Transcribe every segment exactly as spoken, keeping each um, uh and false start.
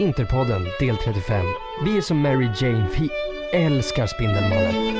Interpodden del trettiofem. Vi är som Mary Jane, vi älskar Spindelmannen.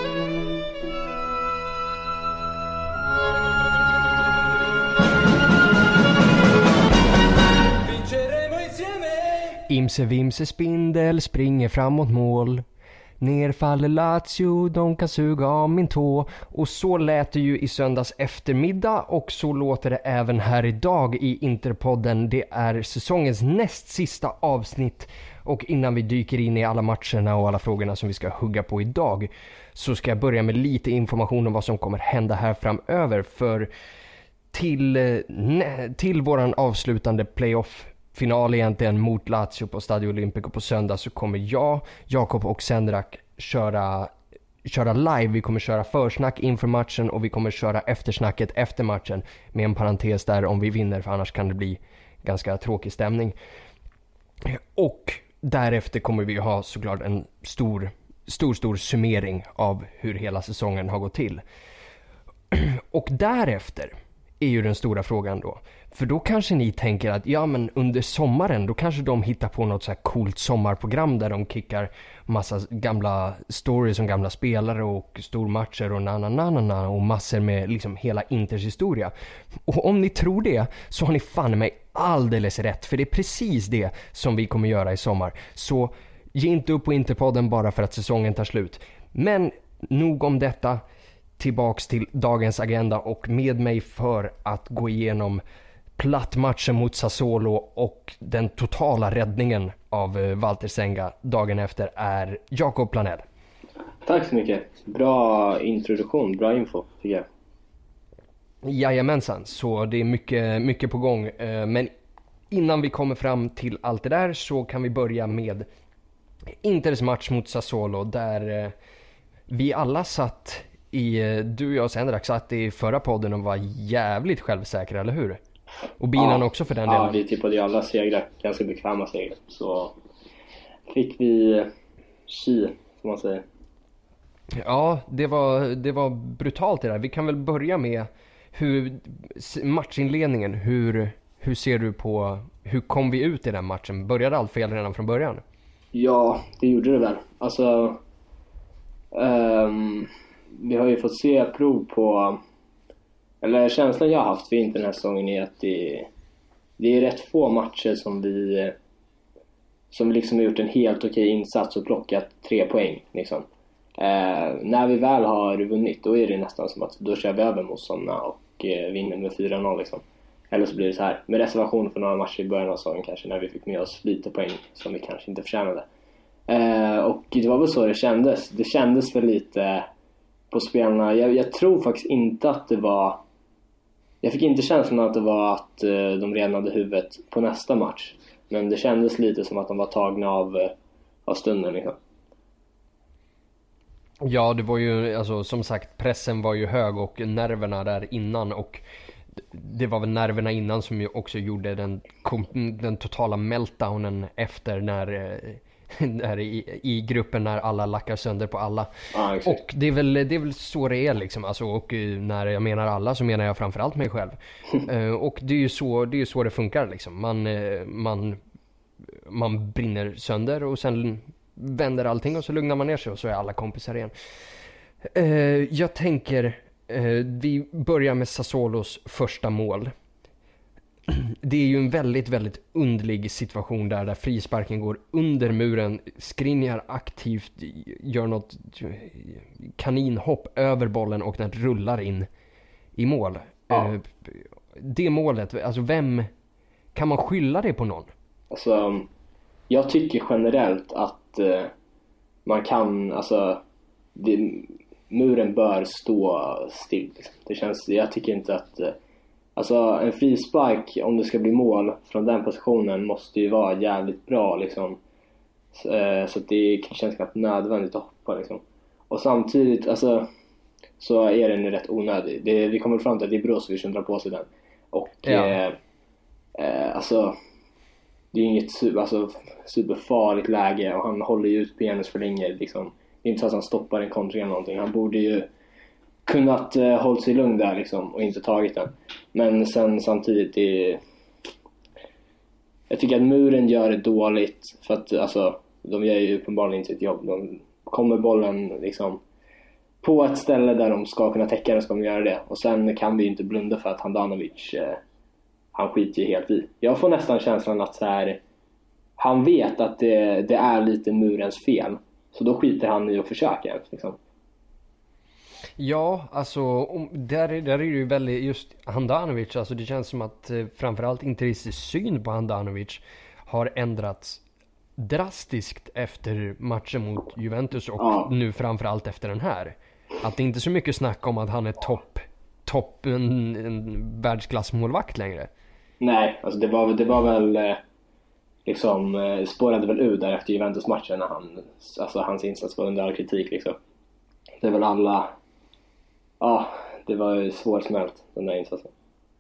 Imse vimse spindel springer framåt mål. Nerfaller Lazio, de kan suga av min tå. Och så lät det ju i söndags eftermiddag. Och så låter det även här idag i Interpodden. Det är säsongens näst sista avsnitt. Och innan vi dyker in i alla matcherna och alla frågorna som vi ska hugga på idag, så ska jag börja med lite information om vad som kommer hända här framöver. För till, till våran avslutande playoff final egentligen mot Lazio på Stadio Olimpico på söndag, så kommer jag, Jakob och Sendrak köra, köra live. Vi kommer köra försnack inför matchen och vi kommer köra eftersnacket efter matchen med en parentes där om vi vinner, för annars kan det bli ganska tråkig stämning. Och därefter kommer vi ha såklart en stor, stor, stor summering av hur hela säsongen har gått till. Och därefter är ju den stora frågan då. För då kanske ni tänker att ja, men under sommaren då kanske de hittar på något så här coolt sommarprogram där de kickar massa gamla stories om gamla spelare och stormatcher och na-na-na-na och massor med liksom hela Inters historia. Och om ni tror det, så har ni fan mig alldeles rätt, för det är precis det som vi kommer göra i sommar. Så ge inte upp på Interpodden bara för att säsongen tar slut. Men nog om detta. Tillbaks till dagens agenda, och med mig för att gå igenom plattmatchen mot Sassuolo och den totala räddningen av Walter Senga dagen efter är Jakob Planell. Tack så mycket. Bra introduktion, bra info tycker jag. Jajamensan, så det är mycket, mycket på gång. Men innan vi kommer fram till allt det där så kan vi börja med Inters match mot Sassuolo, där vi alla satt i, du och jag Sendrak satt i förra podden och var jävligt självsäkra, eller hur? Och bilen ja, också för den delen. Ja, vi tippade ju alla segrar, ganska bekväma segrar. Så fick vi chi, som man säger. Ja, det var, det var brutalt det där. Vi kan väl börja med hur matchinledningen, hur, hur ser du på, hur kom vi ut i den matchen? Började allt fel redan från början? Ja, det gjorde det väl. Alltså um, vi har ju fått se prov på, eller känslan jag har haft för inte den här säsongen är att det, det är rätt få matcher som vi som vi liksom har gjort en helt okej insats och plockat tre poäng liksom. Eh, när vi väl har vunnit, då är det nästan som att då kör vi över motståndarna och eh, vinner med fyra noll liksom. Eller så blir det så här, med reservation för några matcher i början av säsongen kanske, när vi fick med oss lite poäng som vi kanske inte förtjänade. Eh, och det var väl så det kändes. Det kändes för lite på spelarna. Jag, jag tror faktiskt inte att det var, jag fick inte känslan att det var att uh, de redan hade huvudet på nästa match. Men det kändes lite som att de var tagna av, uh, av stunden liksom. Ja, det var ju, alltså som sagt, pressen var ju hög och nerverna där innan, och det var väl nerverna innan som ju också gjorde den, den totala meltdownen efter när där i, i gruppen när alla lackar sönder på alla. Ah, och det är, väl, det är väl så det är liksom. Alltså, och när jag menar alla så menar jag framförallt mig själv. uh, och det är ju så det, är så det funkar liksom. Man, uh, man, man brinner sönder och sen vänder allting och så lugnar man ner sig och så är alla kompisar igen. Uh, jag tänker uh, vi börjar med Sassuolos första mål. Det är ju en väldigt, väldigt underlig situation där, där frisparken går under muren. Skriniar aktivt gör något kaninhopp över bollen och den rullar in i mål. Ja. Det målet, alltså vem kan man skylla det på någon? Alltså, jag tycker generellt att uh, man kan, alltså det, muren bör stå still liksom. Det känns, jag tycker inte att uh, alltså en frispark, om det ska bli mål från den positionen, måste ju vara jävligt bra liksom. Så, eh, så att det känns knappt nödvändigt att hoppa liksom. Och samtidigt, alltså, så är den ju rätt onödig. Det, vi kommer fram till att det är Brozovic som drar på sig den. Och ja. eh, eh, alltså det är inget super, alltså, superfarligt läge, och han håller ju ut penis för länge liksom. Det är inte så att han stoppar en kontring eller någonting. Han borde ju kunnat uh, hålla sig lugn där liksom, och inte tagit den. Men sen samtidigt det, jag tycker att muren gör det dåligt för att alltså, de gör ju uppenbarligen inte sitt jobb. De kommer bollen liksom på ett ställe där de ska kunna täcka den, ska de göra det. Och sen kan vi ju inte blunda för att Handanovic eh, han skiter ju helt i. Jag får nästan känslan att så här, han vet att det, det är lite murens fel. Så då skiter han i att försöka liksom. Ja, alltså där, där är det ju väldigt just Handanovic, alltså det känns som att eh, framförallt Interis syn på Handanovic har ändrats drastiskt efter matchen mot Juventus och ja. nu framförallt efter den här. Att det inte är så mycket snack om att han är topp topp en, en världsklassmålvakt längre. Nej, alltså det var, det var väl eh, liksom eh, spårade väl ut där efter Juventus-matchen när han, alltså hans insats var under all kritik liksom. Det är väl alla. Ja, det var ju svårsmält den där insatsen.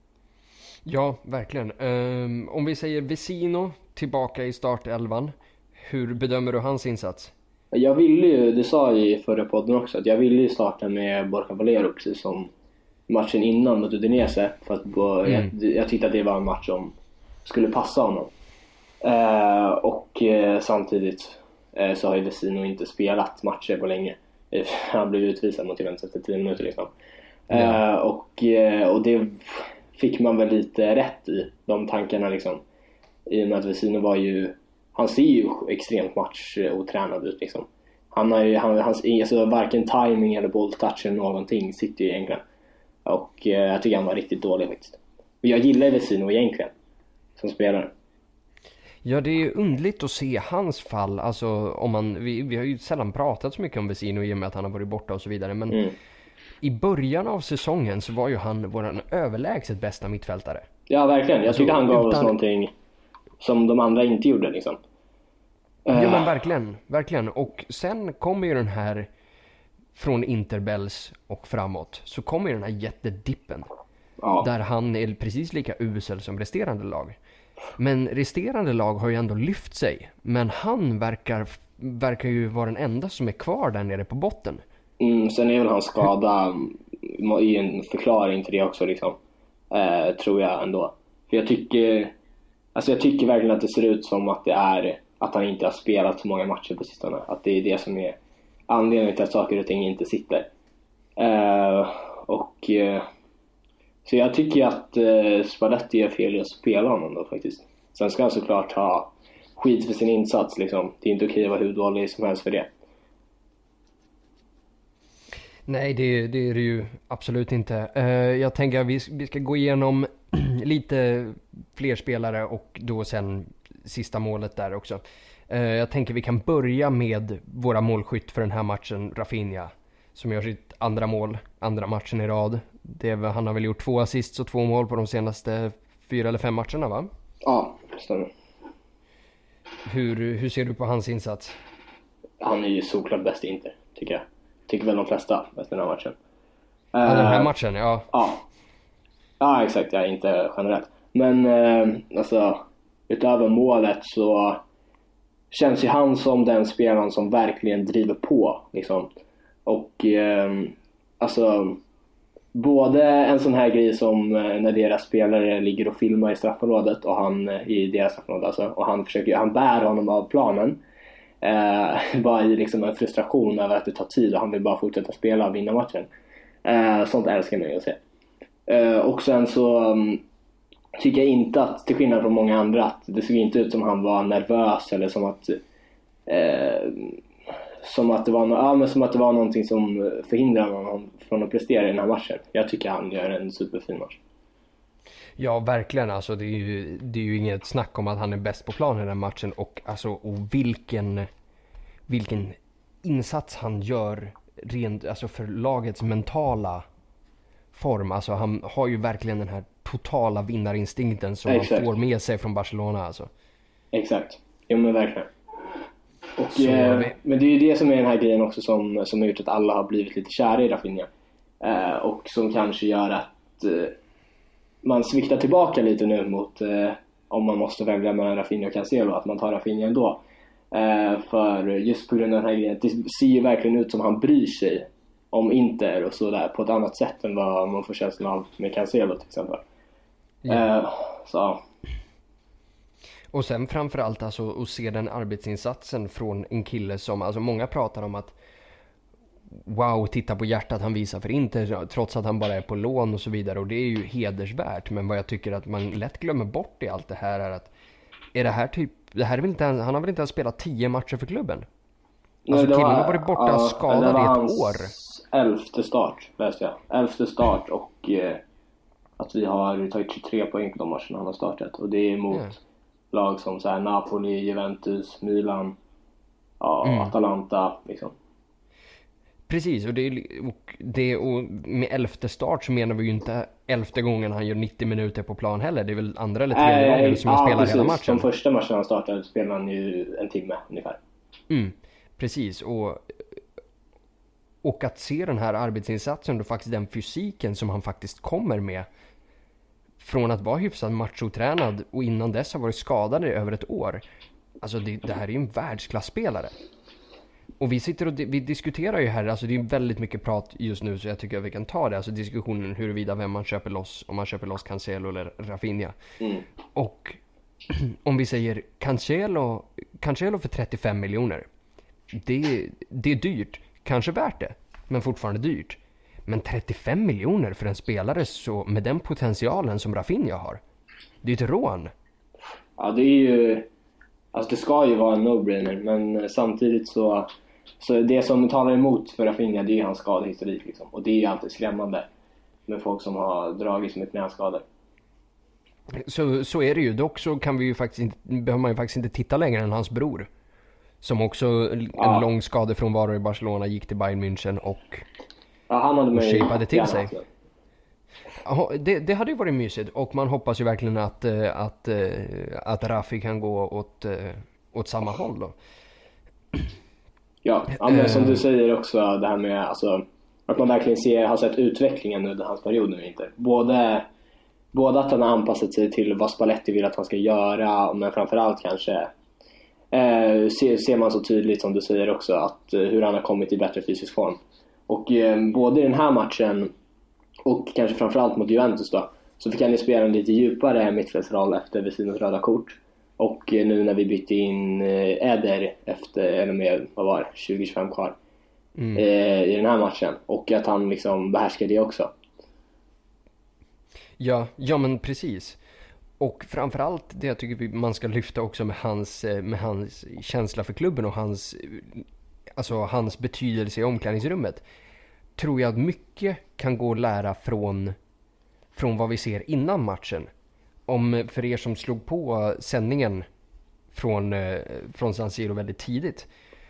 Ja, verkligen. Um, om vi säger Vecino tillbaka i startelvan, hur bedömer du hans insats? Jag ville ju, det sa jag i förra podden också, att jag ville ju starta med Borja Valero precis som matchen innan mot Udinese. För att mm. jag, jag tyckte att det var en match som skulle passa honom. Uh, och uh, samtidigt uh, så har ju Vecino inte spelat matcher på länge. Han blev utvisad mot Juventus efter tio minuter liksom. Mm. Uh, och, uh, och det fick man väl lite rätt i, de tankarna liksom. I och med att Vecino var ju, han ser ju extremt matchotränad ut liksom. Han har ju, han, hans, alltså, varken timing eller bolltouch eller någonting sitter ju egentligen. Och uh, jag tycker han var riktigt dålig faktiskt. Och jag gillar Vecino egentligen som spelare. Ja, det är underligt att se hans fall. Alltså, om man, vi, vi har ju sällan pratat så mycket om Vecino i och med att han har varit borta och så vidare. Men mm. i början av säsongen så var ju han vår överlägset bästa mittfältare. Ja, verkligen. Jag tycker alltså, han gav utan... oss någonting som de andra inte gjorde liksom. Uh. Ja, men verkligen. Verkligen. Och sen kommer ju den här från Interbells och framåt. Så kommer ju den här jättedippen. Ja. Där han är precis lika usel som resterande lag. Men resterande lag har ju ändå lyft sig. Men han verkar, verkar ju vara den enda som är kvar där nere på botten. Mm, sen är väl hans skada i en förklaring till det också liksom. Eh, tror jag ändå. För jag tycker alltså jag tycker verkligen att det ser ut som att det är att han inte har spelat så många matcher på sistone. Att det är det som är anledningen till att saker och ting inte sitter. Eh, och eh, Så jag tycker att eh, Spalletti är fel i att spela honom då faktiskt. Sen ska han såklart ha skit för sin insats liksom. Det är inte okej att vara hur dålig som helst för det. Nej, det, det är det ju absolut inte. Uh, jag tänker att vi, vi ska gå igenom lite fler spelare och då sen sista målet där också. Uh, jag tänker vi kan börja med våra målskytt för den här matchen, Rafinha. Som gör sitt andra mål, andra matchen i rad. Det är, han har väl gjort två assists och två mål på de senaste fyra eller fem matcherna, va? Ja, stämmer. Hur, hur ser du på hans insats? Han är ju såklart bäst inte, tycker jag. Tycker väl de flesta efter den här matchen. Ja, den här matchen, ja. Ja, ja exakt. Ja, inte generellt. Men eh, alltså, utöver målet så känns ju han som den spelaren som verkligen driver på, liksom. Och eh, alltså både en sån här grej som när deras spelare ligger och filmar i straffområdet och han i deras straffområde alltså, och han försöker han bär honom av planen eh, bara i liksom en frustration över att det tar tid och han vill bara fortsätta spela och vinna matchen. Eh, sånt älskar man ju att se. Eh, och sen så um, tycker jag inte att, till skillnad från många andra, att det såg inte ut som han var nervös eller som att eh, som att det var no- ja, men som att det var någonting som förhindrar honom från att prestera i den här matchen. Jag tycker han gör en superfin match. Ja, verkligen. Alltså, det är ju, det är ju inget snack om att han är bäst på plan i den matchen. Och, alltså, och vilken, vilken insats han gör rent, alltså för lagets mentala form. Alltså, han har ju verkligen den här totala vinnarinstinkten som Exakt. han får med sig från Barcelona. Alltså. Exakt. Jo, men verkligen. Och, så, eh, men det är ju det som är den här grejen också som, som har gjort att alla har blivit lite kära i Rafinha. Eh, och som kanske gör att eh, man sviktar tillbaka lite nu mot eh, om man måste välja mellan Rafinha och Cancelo, att man tar Rafinha ändå. Eh, för just på grund av den här grejen, det ser ju verkligen ut som han bryr sig om Inter och sådär på ett annat sätt än vad man får känslan av med Cancelo till exempel. Ja. Eh, så Och sen framförallt alltså att se den arbetsinsatsen från en kille som, alltså många pratar om att wow, titta på hjärtat han visar för Inter trots att han bara är på lån och så vidare, och det är ju hedersvärt, men vad jag tycker att man lätt glömmer bort i allt det här är att är det här typ, det här är väl inte, han har väl inte ens spelat tio matcher för klubben? Alltså killen har varit borta ja, skadad i ett år. Elfte start läste jag. Elfte start och eh, att vi har tagit tjugotre poäng på de matcherna han har startat, och det är mot yeah. lag som så här Napoli, Juventus, Milan, ja, mm. Atalanta liksom. Precis, och det, är, och det och med elfte start så menar vi ju inte elfte gången han gör nittio minuter på plan heller. Det är väl andra eller tredje äh, gången som han ja, spelar precis. Hela matchen. De första matcherna han startade spelade han ju en timme ungefär. Mm, precis, och, och att se den här arbetsinsatsen och faktiskt den fysiken som han faktiskt kommer med från att vara hyfsat machotränad och innan dess har varit skadad i över ett år. Alltså det, det här är ju en världsklasspelare. Och vi sitter och vi diskuterar ju här, alltså det är väldigt mycket prat just nu så jag tycker att vi kan ta det. Alltså diskussionen huruvida vem man köper loss, om man köper loss Cancelo eller Rafinha. Mm. Och om vi säger Cancelo, Cancelo för trettiofem miljoner. Det, det är dyrt, kanske värt det, men fortfarande dyrt. Men trettiofem miljoner för en spelare så med den potentialen som Rafinha har. Det är ett rån. Ja, det är ju, alltså det ska ju vara en no-brainer, men samtidigt så så det som talar emot för Rafinha, det är ju hans skadehistorik liksom. Och det är ju alltid skrämmande med folk som har dragits med knäskador. Så, så är det ju. Dock så kan vi ju faktiskt inte, behöver man ju faktiskt inte titta längre än hans bror. Som också en ja. lång skadefrånvaro i Barcelona gick till Bayern München och, ja, han hade och shapade till sig. Ja, det, det hade ju varit mysigt och man hoppas ju verkligen att, att, att, att Rafi kan gå åt, åt samma håll då. Ja, ja men som du säger också det här med alltså, att man verkligen ser, har sett utvecklingen under hans period nu inte. Både, både att han har anpassat sig till vad Spalletti vill att han ska göra, men framförallt kanske eh, ser, ser man så tydligt som du säger också att eh, hur han har kommit i bättre fysisk form. Och eh, både i den här matchen och kanske framförallt mot Juventus då, så fick han ju spela en lite djupare mittfältsroll efter Vecinos röda kort. Och nu när vi bytte in Eder efter, eller med, vad var det, tjugo till tjugofem kvar mm. eh, i den här matchen. Och att han liksom behärskar det också. Ja, ja men precis. Och framförallt det jag tycker man ska lyfta också med hans, med hans känsla för klubben och hans, alltså hans betydelse i omklädningsrummet. Tror jag att mycket kan gå att lära från, från vad vi ser innan matchen. Om för er som slog på sändningen från, från San Siro väldigt tidigt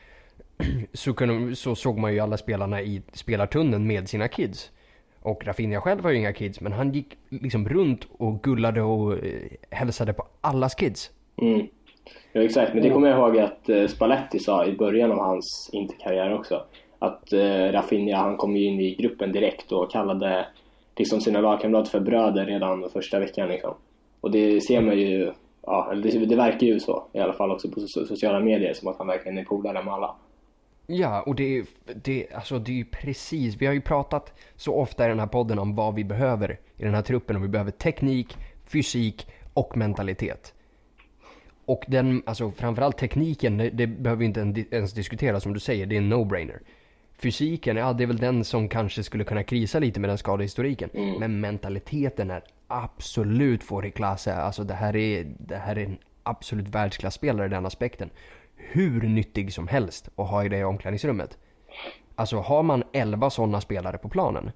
så, kunde, så såg man ju alla spelarna i spelartunneln med sina kids. Och Rafinha själv har ju inga kids, men han gick liksom runt och gullade och hälsade på allas kids. Mm. Ja, exakt. Men det kommer jag ihåg att Spalletti sa i början av hans interkarriär också. Att Rafinha, han kom ju in i gruppen direkt och kallade liksom sina lagkamrater för bröder redan första veckan liksom. Och det ser man ju, ja, det, det verkar ju så i alla fall också på sociala medier som att han verkligen är polare med alla. Ja, och det, det, alltså det är ju precis, vi har ju pratat så ofta i den här podden om vad vi behöver i den här truppen, och vi behöver teknik, fysik och mentalitet. Och den, alltså framförallt tekniken, det, det behöver vi inte ens diskutera som du säger, det är en no-brainer. Fysiken, ja det är väl den som kanske skulle kunna krisa lite med den skadehistoriken. Mm. Men mentaliteten är absolut får i klass. Alltså det här är, det här är en absolut världsklasspelare i den aspekten. Hur nyttig som helst att ha i det omklädningsrummet. Alltså har man elva sådana spelare på planen,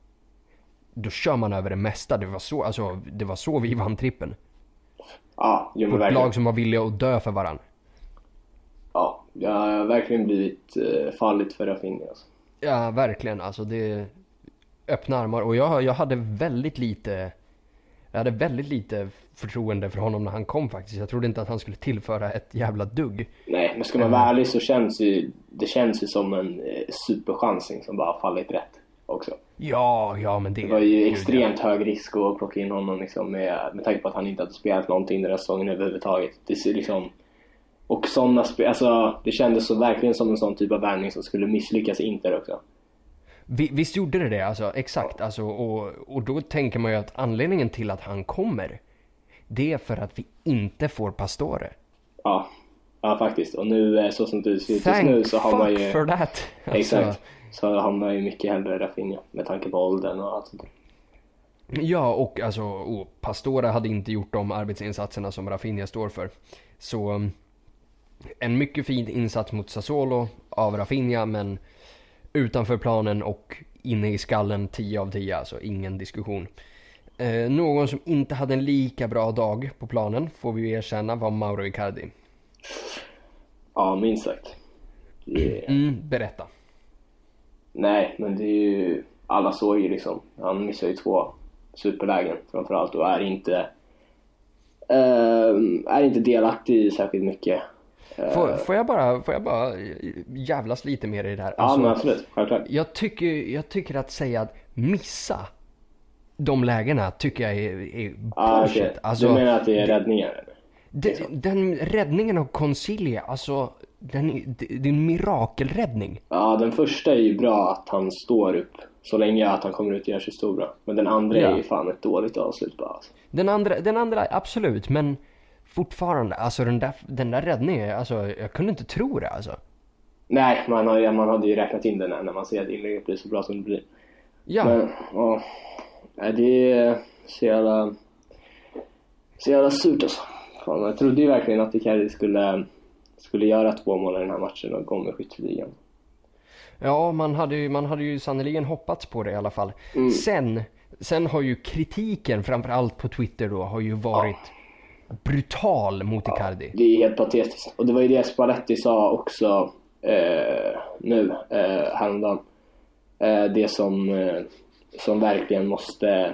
då kör man över det mesta. Det var så, alltså, det var så vi vann trippen. Ja, jo, på ett lag som var villiga att dö för varann. Ja, jag har verkligen blivit eh, fallit för Rafinha. Alltså. Ja, verkligen. Alltså det öppna armar. Och jag, jag hade väldigt lite jag hade väldigt lite förtroende för honom när han kom faktiskt. Jag trodde inte att han skulle tillföra ett jävla dugg. Nej, men ska man vara ärlig så känns ju, det känns ju som en eh, superchansning som bara fallit rätt också. Ja, ja men det... Det var ju extremt ja. hög risk att plocka in honom liksom med, med tanke på att han inte hade spelat någonting den här säsongen överhuvudtaget. Det är liksom... Och sådana spe- alltså, det kändes så verkligen som en sån typ av värvning som skulle misslyckas i Inter också. Visst gjorde det det, alltså, exakt. Ja. Alltså, och, och då tänker man ju att anledningen till att han kommer, det är för att vi inte får Pastore. Ja, ja faktiskt. Och nu, så som du ser ut just Thank nu, så har man ju... for that. Exakt. Alltså, så har man ju mycket hellre Rafinha med tanke på åldern och allt sånt. ja, och alltså och Pastore hade inte gjort de arbetsinsatserna som Rafinha står för. Så um, en mycket fin insats mot Sassuolo av Rafinha, men utanför planen och inne i skallen tio av tio, alltså ingen diskussion. Eh, någon som inte hade en lika bra dag på planen, får vi ju erkänna, var Mauro Icardi. Ja, minst sagt. Det... Mm, berätta. Nej, men det är ju... Alla såg ju liksom. Han missar ju två superlägen framförallt och är inte... Uh, är inte delaktig i särskilt mycket. Uh... Får, får, jag bara, får jag bara jävlas lite mer i det här? Ja, alltså, men absolut. Självklart. Jag tycker, jag tycker att säga att missa de lägena tycker jag är, är ah, bullshit. okay. Alltså, du menar att det är räddningar? Den, den räddningen av Concilia, alltså den, det, det är en mirakelräddning. Ja, den första är ju bra att han står upp så länge att han kommer ut och gör sig stor bra. Men den andra ja. är ju fan ett dåligt avslut bara. Alltså. Den andra, den andra absolut, men fortfarande, alltså den där, den där räddningen, alltså jag kunde inte tro det alltså. Nej, man, har, man hade ju räknat in den här när man ser att inlägget blir så bra som det blir. Ja. Men, ja, det är så jävla, så jävla surt alltså. Fan, jag trodde ju verkligen att Icardi skulle, skulle göra två mål i den här matchen och gå med skytteligan. Ja, man hade ju, man hade ju sannoliken hoppats på det i alla fall. Mm. Sen, sen har ju kritiken, framförallt på Twitter då, har ju varit ja. brutal mot Icardi. Ja, det är helt patetiskt. Och det var ju det Spalletti sa också eh, nu, eh, häromdagen. Eh, det som, eh, som verkligen måste...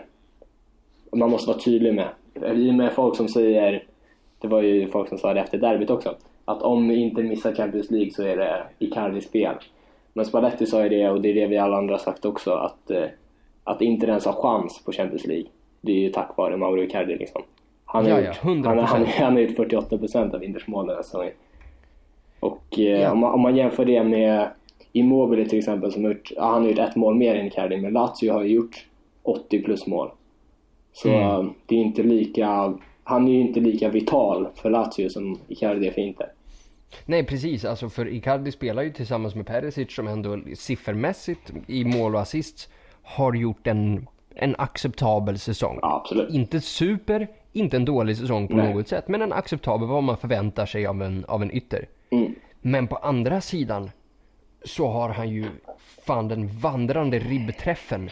Man måste vara tydlig med. I med folk som säger... Det var ju folk som sa det efter derbyt också. Att om vi inte missar Champions League så är det Icardis fel. Men Spalletti sa ju det, och det är det vi alla andra sagt också. Att, eh, att inte ens ha chans på Champions League. Det är ju tack vare Mauro Icardi liksom. Han har ja, ja, gjort, han, han, han har gjort fyrtioåtta procent av Inters mål den här säsongen. Och eh, ja. om, man, om man jämför det med Immobile till exempel, som har gjort, ja, han har gjort ett mål mer än Icardi, men Lazio har gjort åttio plus mål. Så mm. det är inte lika, han är ju inte lika vital för Lazio som Icardi är för Inter. Nej, precis. Alltså för Icardi spelar ju tillsammans med Perisic, som ändå siffermässigt i mål och assist har gjort en, en acceptabel säsong. Ja, absolut. Inte super, inte en dålig säsong på Nej. något sätt, men en acceptabel vad man förväntar sig av en, av en ytter. Mm. Men på andra sidan så har han ju fan den vandrande ribbträffen.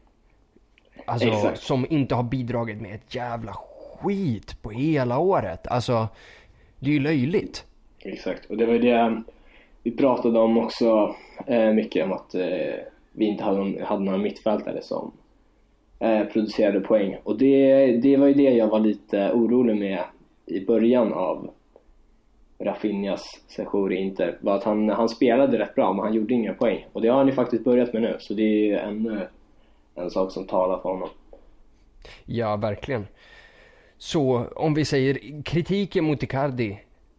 Alltså Exakt. som inte har bidragit med ett jävla skit på hela året. Alltså det är ju löjligt. Exakt, och det var ju det vi pratade om också eh, mycket om att eh, vi inte hade, någon, hade några mittfältare som eh, producerade poäng. Och det, det var ju det jag var lite orolig med i början av Rafinhas session i Inter. Var att han, han spelade rätt bra, men han gjorde inga poäng. Och det har han ju faktiskt börjat med nu, så det är ju ännu en sak som talar för honom. Ja, verkligen. Så om vi säger kritiken mot Icardi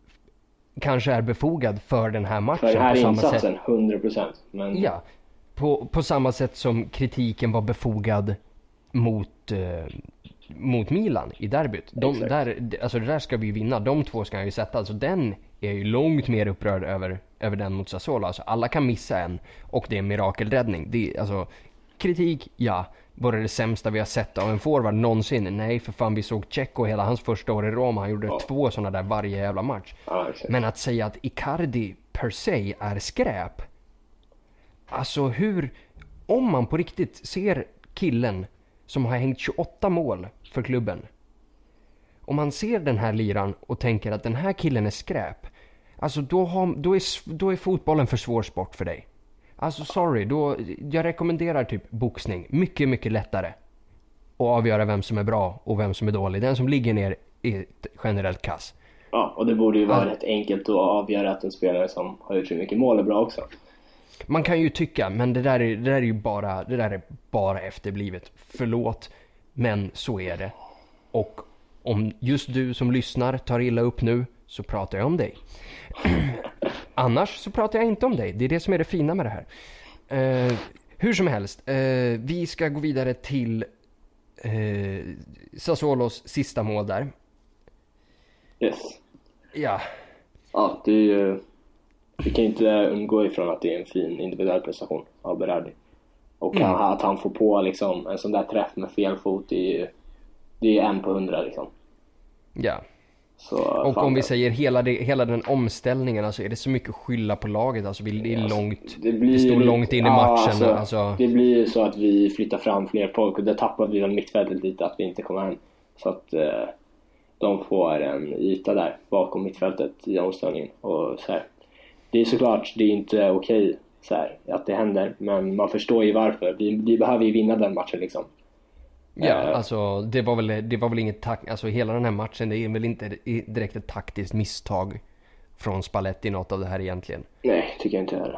kanske är befogad för den här matchen. För den här på samma insatsen, sätt. hundra procent. Men... Ja, på, på samma sätt som kritiken var befogad mot, eh, mot Milan i derbyt. De, där, alltså det där ska vi vinna. De två ska jag ju sätta. Alltså den är ju långt mer upprörd över, över den mot Sassuolo. Alltså alla kan missa en och det är en mirakelräddning. Det, alltså, kritik, ja. Var det det sämsta vi har sett av en forward någonsin? Nej, för fan, vi såg Tjecko hela hans första år i Roma. Han gjorde ja. två sådana där varje jävla match. Ja, okay. Men att säga att Icardi per se är skräp. Alltså hur... Om man på riktigt ser killen som har hängt tjugoåtta mål för klubben. Om man ser den här liran och tänker att den här killen är skräp. Alltså då, har, då, är, då är fotbollen för svår sport för dig. Alltså sorry, då, jag rekommenderar typ boxning. Mycket, mycket lättare att avgöra vem som är bra och vem som är dålig. Den som ligger ner är generellt kass. Ja, och det borde ju vara ja. rätt enkelt att avgöra att en spelare som har gjort så mycket mål är bra också. Man kan ju tycka, men det där är, det där är ju bara, det där är bara efterblivet. Förlåt, men så är det. Och om just du som lyssnar tar illa upp nu, så pratar jag om dig. Annars så pratar jag inte om dig. Det är det som är det fina med det här. Uh, hur som helst, uh, vi ska gå vidare till uh, Sassuolos sista mål där. Yes. Ja. Ja, det är ju... Vi kan inte undgå ifrån att det är en fin individuell prestation av Berardi. Och mm. att han får på liksom en sån där träff med fel fot, det är ju det är en på hundra liksom. Ja. Så, och om vi säger hela, det, hela den omställningen, alltså är det så mycket att skylla på laget, alltså det är alltså, långt, det, blir det står lite, långt in i ja, matchen. Alltså, alltså. Det blir ju så att vi flyttar fram fler folk och där tappar vi väl mittfältet lite, att vi inte kommer hem. Så att eh, de får en yta där bakom mittfältet i omställningen. Och så här. Det är såklart, det är inte okej så här, att det händer, men man förstår ju varför. Vi, vi behöver ju vinna den matchen liksom. Ja, uh, alltså det var väl det var väl inget tak- alltså hela den här matchen, det är väl inte direkt ett taktiskt misstag från Spalletti något av det här egentligen. Nej, tycker jag inte heller.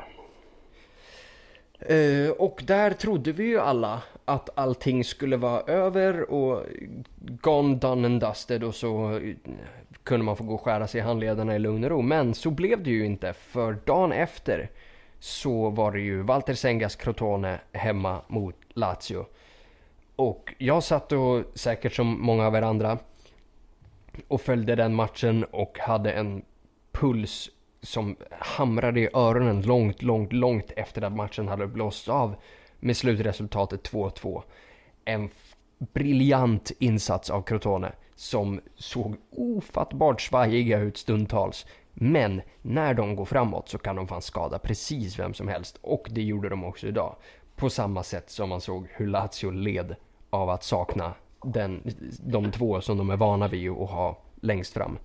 Uh, och där trodde vi ju alla att allting skulle vara över och gone, done and dusted, och så kunde man få gå och skära sig i handlederna i lugn och ro. Men så blev det ju inte, för dagen efter så var det ju Walter Sengas Crotone hemma mot Lazio. Och jag satt och, säkert som många av er andra, och följde den matchen och hade en puls som hamrade i öronen långt, långt, långt efter att matchen hade blåst av med slutresultatet två två. En f- briljant insats av Crotone som såg ofattbart svajiga ut stundtals. Men när de går framåt så kan de fan skada precis vem som helst. Och det gjorde de också idag. På samma sätt som man såg hur Lazio led av att sakna den, de två som de är vana vid att ha längst fram.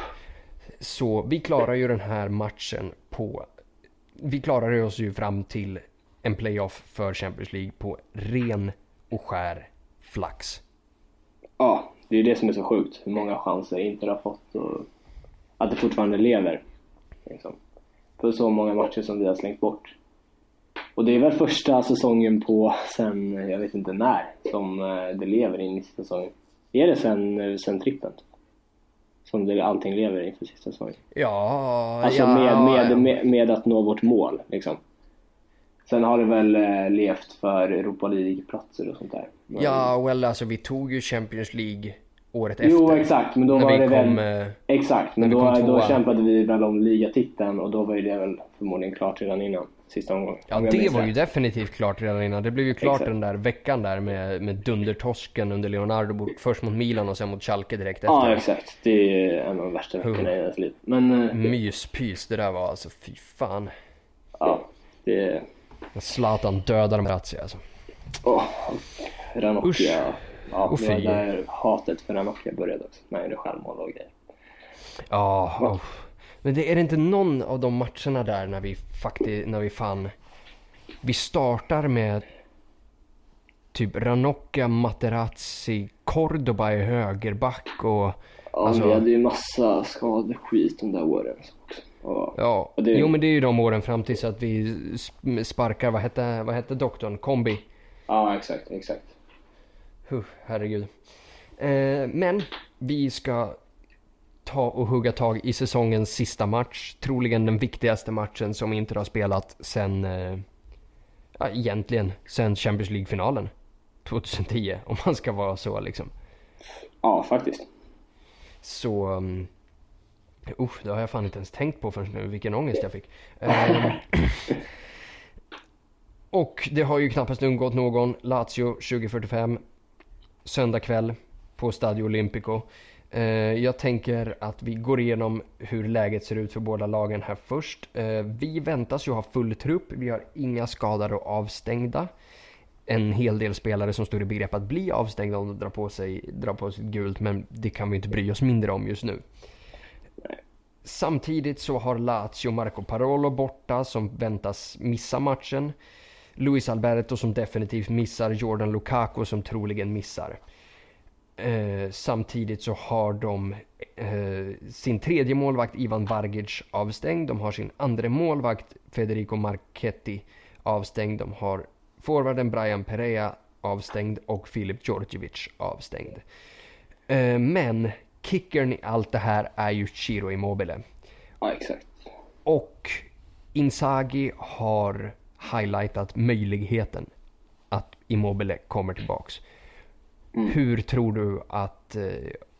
Så vi klarar ju den här matchen på... Vi klarar oss ju fram till en playoff för Champions League på ren och skär flax. Ja, det är det som är så sjukt. Hur många chanser Inter har fått och att det fortfarande lever. Liksom. För så många matcher som vi har slängt bort. Och det är väl första säsongen på sen, jag vet inte när, som det lever in i sista säsongen. Är det sen, sen trippen? Som det, allting lever inför sista säsongen. Ja, alltså ja, med, med, ja. med, med att nå vårt mål liksom. Sen har det väl eh, levt för Europa League-platser och sånt där. Men... Ja, well, alltså vi tog ju Champions League året efter. Jo, exakt, men då var det kom, väl... Exakt, men då, då kämpade vi väl om ligatiteln och då var ju det väl förmodligen klart redan innan sista omgången. Ja, det var ju definitivit klart redan innan. Det blev ju klart exakt. Den där veckan där med, med dundertorsken under Leonardo bort först mot Milan och sen mot Schalke direkt efter. Ja, exakt. Det är en av de värsta veckorna i ens liv. Men, myspys, det där var alltså, fy fan. Ja, det... Zlatan dödar Materazzi alltså. Åh, oh, Ranocchia. Ja, och det var där hatet för Ranocchia började också. Nej, det är självmål och grejer. Ja, oh. Men det är det inte någon av de matcherna där när vi faktiskt, när vi fan, vi startar med typ Ranocchia, Materazzi, Cordoba i högerback och... Ja, alltså, vi hade ju massa skadeskit de där åren också. Och, ja, och det... jo men det är ju de åren fram tills att vi sparkar, vad hette, vad hette doktorn? Kombi. Ja, exakt, exakt. Huh, herregud. Eh, men vi ska ta och hugga tag i säsongens sista match. Troligen den viktigaste matchen som inte har spelat sen, eh, ja, egentligen sen Champions League-finalen tjugohundratio, om man ska vara så liksom. Ja, faktiskt. Så, um, uh, det har jag fan inte ens tänkt på förrän nu, vilken ångest jag fick. Eh, och det har ju knappast undgått någon. Lazio tjugo fyrtiofem, söndag kväll på Stadio Olimpico. Eh, jag tänker att vi går igenom hur läget ser ut för båda lagen här först. Eh, vi väntas ju ha full trupp. Vi har inga skadade och avstängda. En hel del spelare som står i begrepp att bli avstängda om de drar på sig, drar på sig gult, men det kan vi inte bry oss mindre om just nu. Samtidigt så har Lazio Marco Parolo borta som väntas missa matchen. Luis Alberto som definitivt missar. Jordan Lukaku som troligen missar. Eh, samtidigt så har de eh, sin tredje målvakt Ivan Vargic avstängd. De har sin andra målvakt Federico Marchetti avstängd. De har forwarden Brian Perea avstängd och Filip Djordjevic avstängd. Eh, men kickern i allt det här är ju Ciro Immobile. Ja, exakt. Och Inzaghi har highlightat möjligheten att Immobile kommer tillbaks. Mm. Hur tror du att, eh,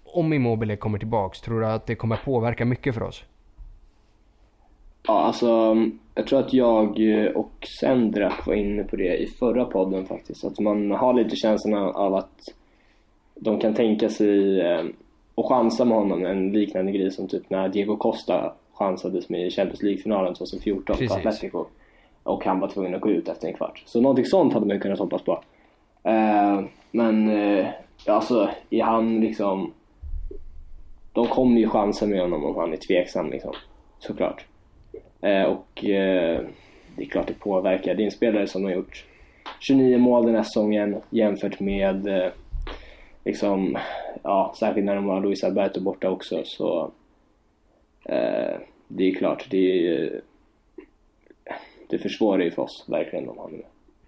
om Immobile kommer tillbaks, tror du att det kommer påverka mycket för oss? Ja, alltså jag tror att jag och Sendrak var inne på det i förra podden faktiskt. Att man har lite känslan av att de kan tänka sig eh, och chansa med honom, en liknande grej som typ när Diego Costa chansades med Champions League-finalen tjugohundrafjorton på Atletico. Och han var tvungen att gå ut efter en kvart. Så någonting sånt hade man kunnat hoppas på. Eh, men eh, alltså, är han liksom... De kommer ju chansa med honom om han är tveksam liksom. Såklart. Eh, och eh, det är klart det påverkar. Det är en spelare som har gjort tjugonio mål den här säsongen jämfört med eh, liksom, ja, särskilt när de har Luis Alberto borta också. Så eh, det är klart, det är, det försvårar ju för oss verkligen om han är med.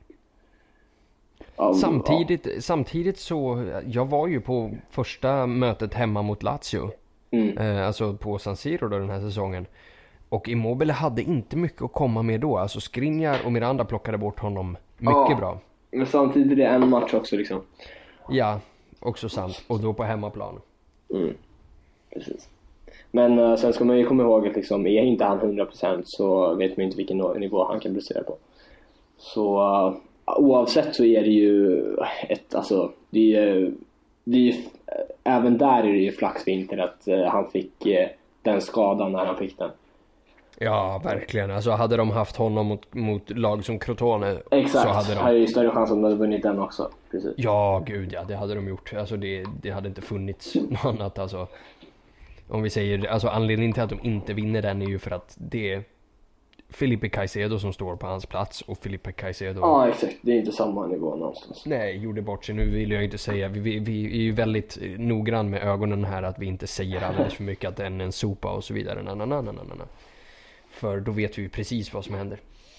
Ja, samtidigt, ja. samtidigt så, jag var ju på första mötet hemma mot Lazio. Mm. Eh, alltså på San Siro då den här säsongen. Och Immobile hade inte mycket att komma med då. Alltså Skriniar och Miranda plockade bort honom mycket ja, bra. Men samtidigt är det en match också liksom. Ja, också sant. Och då på hemmaplan. Mm, precis. Men uh, sen ska man ju komma ihåg att liksom, är inte han hundra procent så vet man inte vilken nivå han kan prestera på. Så uh, oavsett så är det ju ett, alltså, det är, det är ju, även där är det ju flaxvinter att uh, han fick uh, den skadan när han fick den. Ja, verkligen. Alltså hade de haft honom mot, mot lag som Crotone. Exakt, så hade de... har ju större chans att de hade vunnit den också. Precis. Ja, gud ja, det hade de gjort. Alltså det, det hade inte funnits något annat. Alltså, om vi säger, alltså anledningen till att de inte vinner den är ju för att det är Felipe Caicedo som står på hans plats. Och Felipe Caicedo... Ja, exakt. Det är inte samma nivå någonstans. Nej, gjorde bort sig. Nu vill jag inte säga. Vi, vi, vi är ju väldigt noggrann med ögonen här att vi inte säger alldeles för mycket att den är en sopa och så vidare. Na, na, na, na, na. För då vet vi precis vad som händer.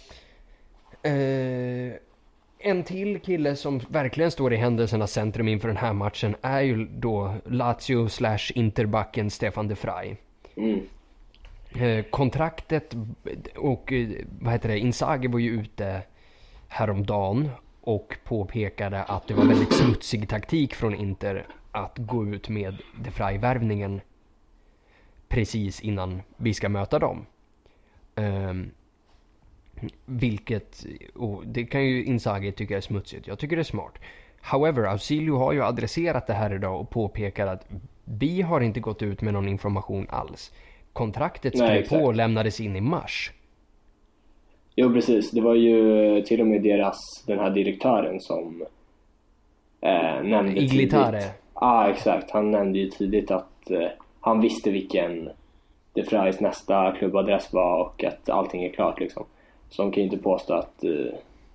Eh, en till kille som verkligen står i händelsernas centrum inför den här matchen är ju då Lazio slash Interbacken Stefan de Vrij. Mm. Eh, kontraktet och vad heter det, Inzaghi var ju ute häromdagen och påpekade att det var väldigt smutsig taktik från Inter att gå ut med de Vrij-värvningen precis innan vi ska möta dem. Um, vilket och det kan ju Inzaghi tycka är smutsigt. Jag tycker det är smart. However, Ausilio har ju adresserat det här idag och påpekar att vi har inte gått ut med någon information alls. Kontraktet skrev på och lämnades in i mars. Jo, precis. Det var ju till och med deras, den här direktören som eh, nämnde Iglitare. Ja, ah, exakt. Han nämnde ju tidigt att eh, han visste vilken De Vrijs nästa klubbadress var och att allting är klart liksom. Så de kan ju inte påstå att uh,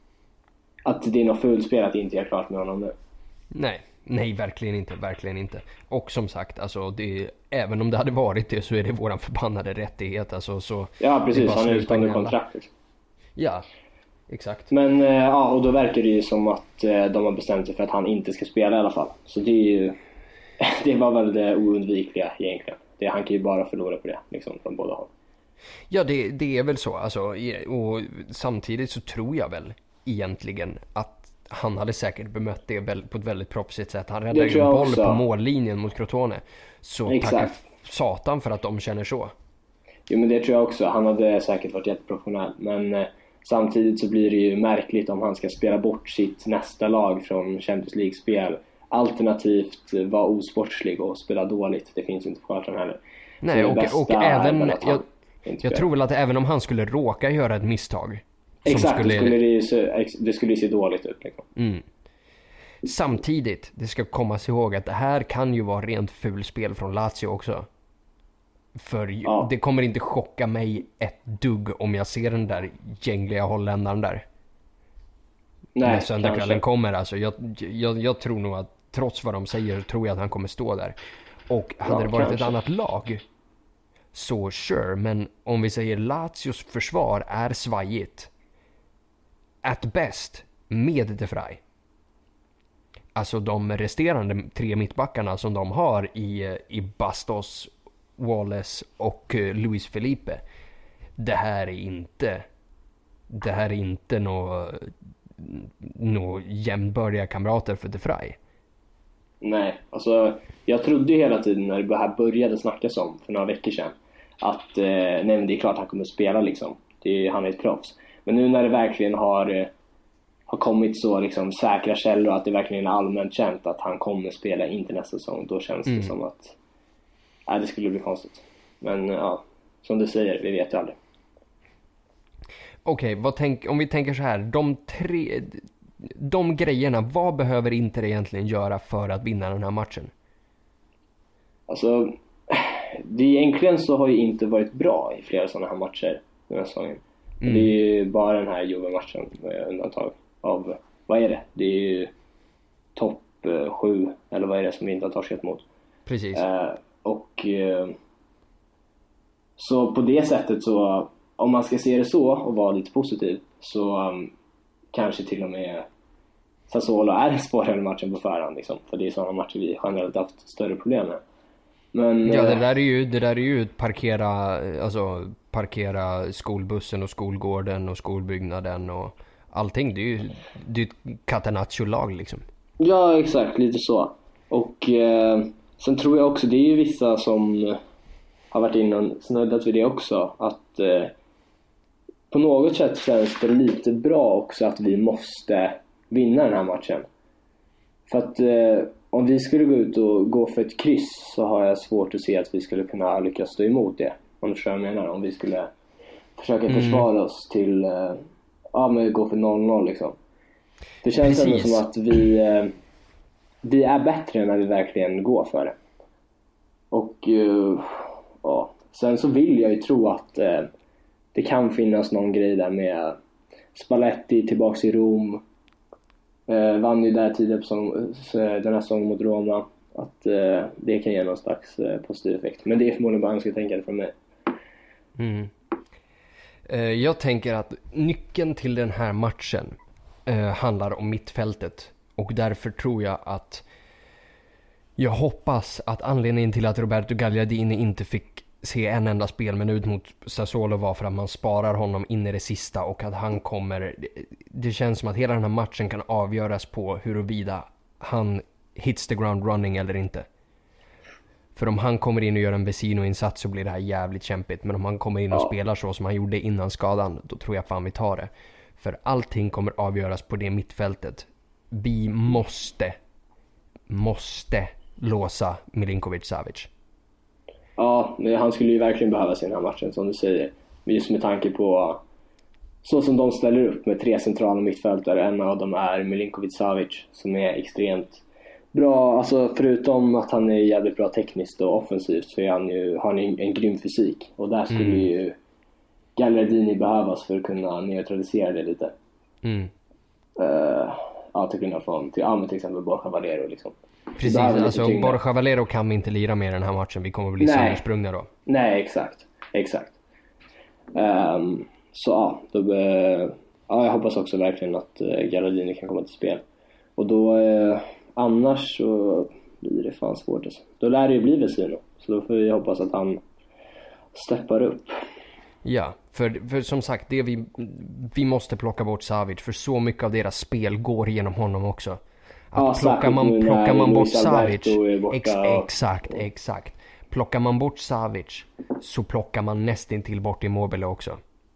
att det är något fulspel att det inte är klart med honom nu. Nej, nej verkligen inte, verkligen inte. Och som sagt, alltså det, även om det hade varit det så är det våran förbannade rättighet alltså, så ja, precis, han är utan under kontrakt liksom. Ja, exakt. Men uh, ja, och då verkar det ju som att uh, de har bestämt sig för att han inte ska spela i alla fall. Så det är ju det var väl det oundvikliga egentligen. Det, han kan ju bara förlora på det liksom, från båda håll. Ja, det, det är väl så alltså, och samtidigt så tror jag väl egentligen att han hade säkert bemött det på ett väldigt proffsigt sätt. Han räddade ju en boll på mållinjen mot Crotone. Så tacka satan för att de känner så. Jo, men det tror jag också. Han hade säkert varit jätteprofessionell. Men eh, samtidigt så blir det ju märkligt om han ska spela bort sitt nästa lag från Champions League-spel. Alternativt vara osportslig och spela dåligt. Det finns inte på kartan heller. Nej, och, och även jag, jag tror väl att även om han skulle råka göra ett misstag. Exakt, skulle, det, skulle det, se, det skulle se dåligt ut. Liksom. Mm. Samtidigt, det ska komma sig ihåg att det här kan ju vara rent fulspel från Lazio också. För ja. Det kommer inte chocka mig ett dugg om jag ser den där gängliga holländaren där. Nej, när söndagskvällen kommer. Alltså, jag, jag, jag tror nog att trots vad de säger tror jag att han kommer stå där. Och hade ja, det varit kanske. Ett annat lag så sure, men om vi säger Lazios försvar är svajigt at best med De Vrij. Alltså de resterande tre mittbackarna som de har i, i Bastos, Wallace och Luis Felipe. Det här är inte det här är inte några nå jämnbördiga kamrater för De Vrij. Nej, alltså jag trodde ju hela tiden när det här började snackas om för några veckor sedan att eh, nej, men det är klart han kommer spela liksom. Det är, han är ett proffs. Men nu när det verkligen har, eh, har kommit så liksom, säkra källor och att det verkligen är allmänt känt att han kommer spela inte nästa säsong, då känns mm. det som att nej, det skulle bli konstigt. Men ja, som du säger, vi vet ju aldrig. Okej, vad tänk, om vi tänker så här, de tre de grejerna, vad behöver Inter egentligen göra för att vinna den här matchen? Alltså, det egentligen så har ju inte varit bra i flera sådana här matcher den här säsongen. Mm. Det är ju bara den här Juve-matchen med undantag av, vad är det? Det är ju topp eh, sju, eller vad är det som vi inte har torskat mot. Precis. Eh, och eh, så på det sättet så, om man ska se det så och vara lite positiv, så um, kanske till och med Sassuolo är en svårare matchen på förhand liksom, för det är sådana matcher vi generellt haft större problem med. Men, ja, det där är ju det där är ju parkera, alltså parkera skolbussen och skolgården och skolbyggnaden och allting. Det är ju det är ett Catenaccio-lag liksom. Ja, exakt, lite så. Och eh, sen tror jag också, det är ju vissa som har varit inne och snuddat vid det också, att eh, på något sätt känns det lite bra också att vi måste vinna den här matchen. För att eh, om vi skulle gå ut och gå för ett kryss, så har jag svårt att se att vi skulle kunna lyckas stå emot det. Om du förstår vad jag menar. Om vi skulle försöka mm. försvara oss till eh, ja, men gå för noll noll liksom. Det känns ändå som att vi eh, vi är bättre när vi verkligen går för det. Och eh, ja, sen så vill jag ju tro att eh, det kan finnas någon grej där med Spalletti tillbaks i Rom. Eh, vann ju där tidigare på den här säsongen mot Roma. Att eh, det kan ge någon slags eh, positiv effekt. Men det är förmodligen bara önsketänkande från mig. Mm. Eh, jag tänker att nyckeln till den här matchen eh, handlar om mittfältet. Och därför tror jag att jag hoppas att anledningen till att Roberto Gagliardini inte fick se en enda spelminut mot Sassuolo var för att man sparar honom in i det sista, och att han kommer, det känns som att hela den här matchen kan avgöras på huruvida han hits the ground running eller inte. För om han kommer in och gör en Vesino-insats så blir det här jävligt kämpigt, men om han kommer in och ja. spelar så som han gjorde innan skadan, då tror jag fan vi tar det. För allting kommer avgöras på det mittfältet. Vi måste måste låsa Milinkovic-Savic. Ja, men han skulle ju verkligen behöva sin här matchen, som du säger. Just med tanke på så som de ställer upp med tre centrala mittfältare. En av dem är Milinkovic-Savic, som är extremt bra. Alltså förutom att han är jävligt bra tekniskt och offensivt, så är han ju, har han en, en grym fysik. Och där skulle mm. ju Gagliardini behövas för att kunna neutralisera det lite. Mm. Uh, ja, till skillnad från till, ja, till exempel Borja Valero liksom. Precis, alltså Borja Valero kan vi inte lira med den här matchen. Vi kommer bli söndersprungna då. Nej, exakt. Exakt. Um, så ja, då, uh, ja, jag hoppas också verkligen att uh, Gagliardini kan komma till spel. Och då, uh, annars så blir det fan svårt alltså. Då lär det ju bli Vesino. Så då får vi hoppas att han steppar upp. Ja, för, för som sagt, det vi, vi måste plocka bort Savic, för så mycket av deras spel går genom honom också. Att ja, plockar man, plockar man bort Savic, ex, exakt, exakt. Plockar man bort Savic så plockar man nästan till bort Immobile också.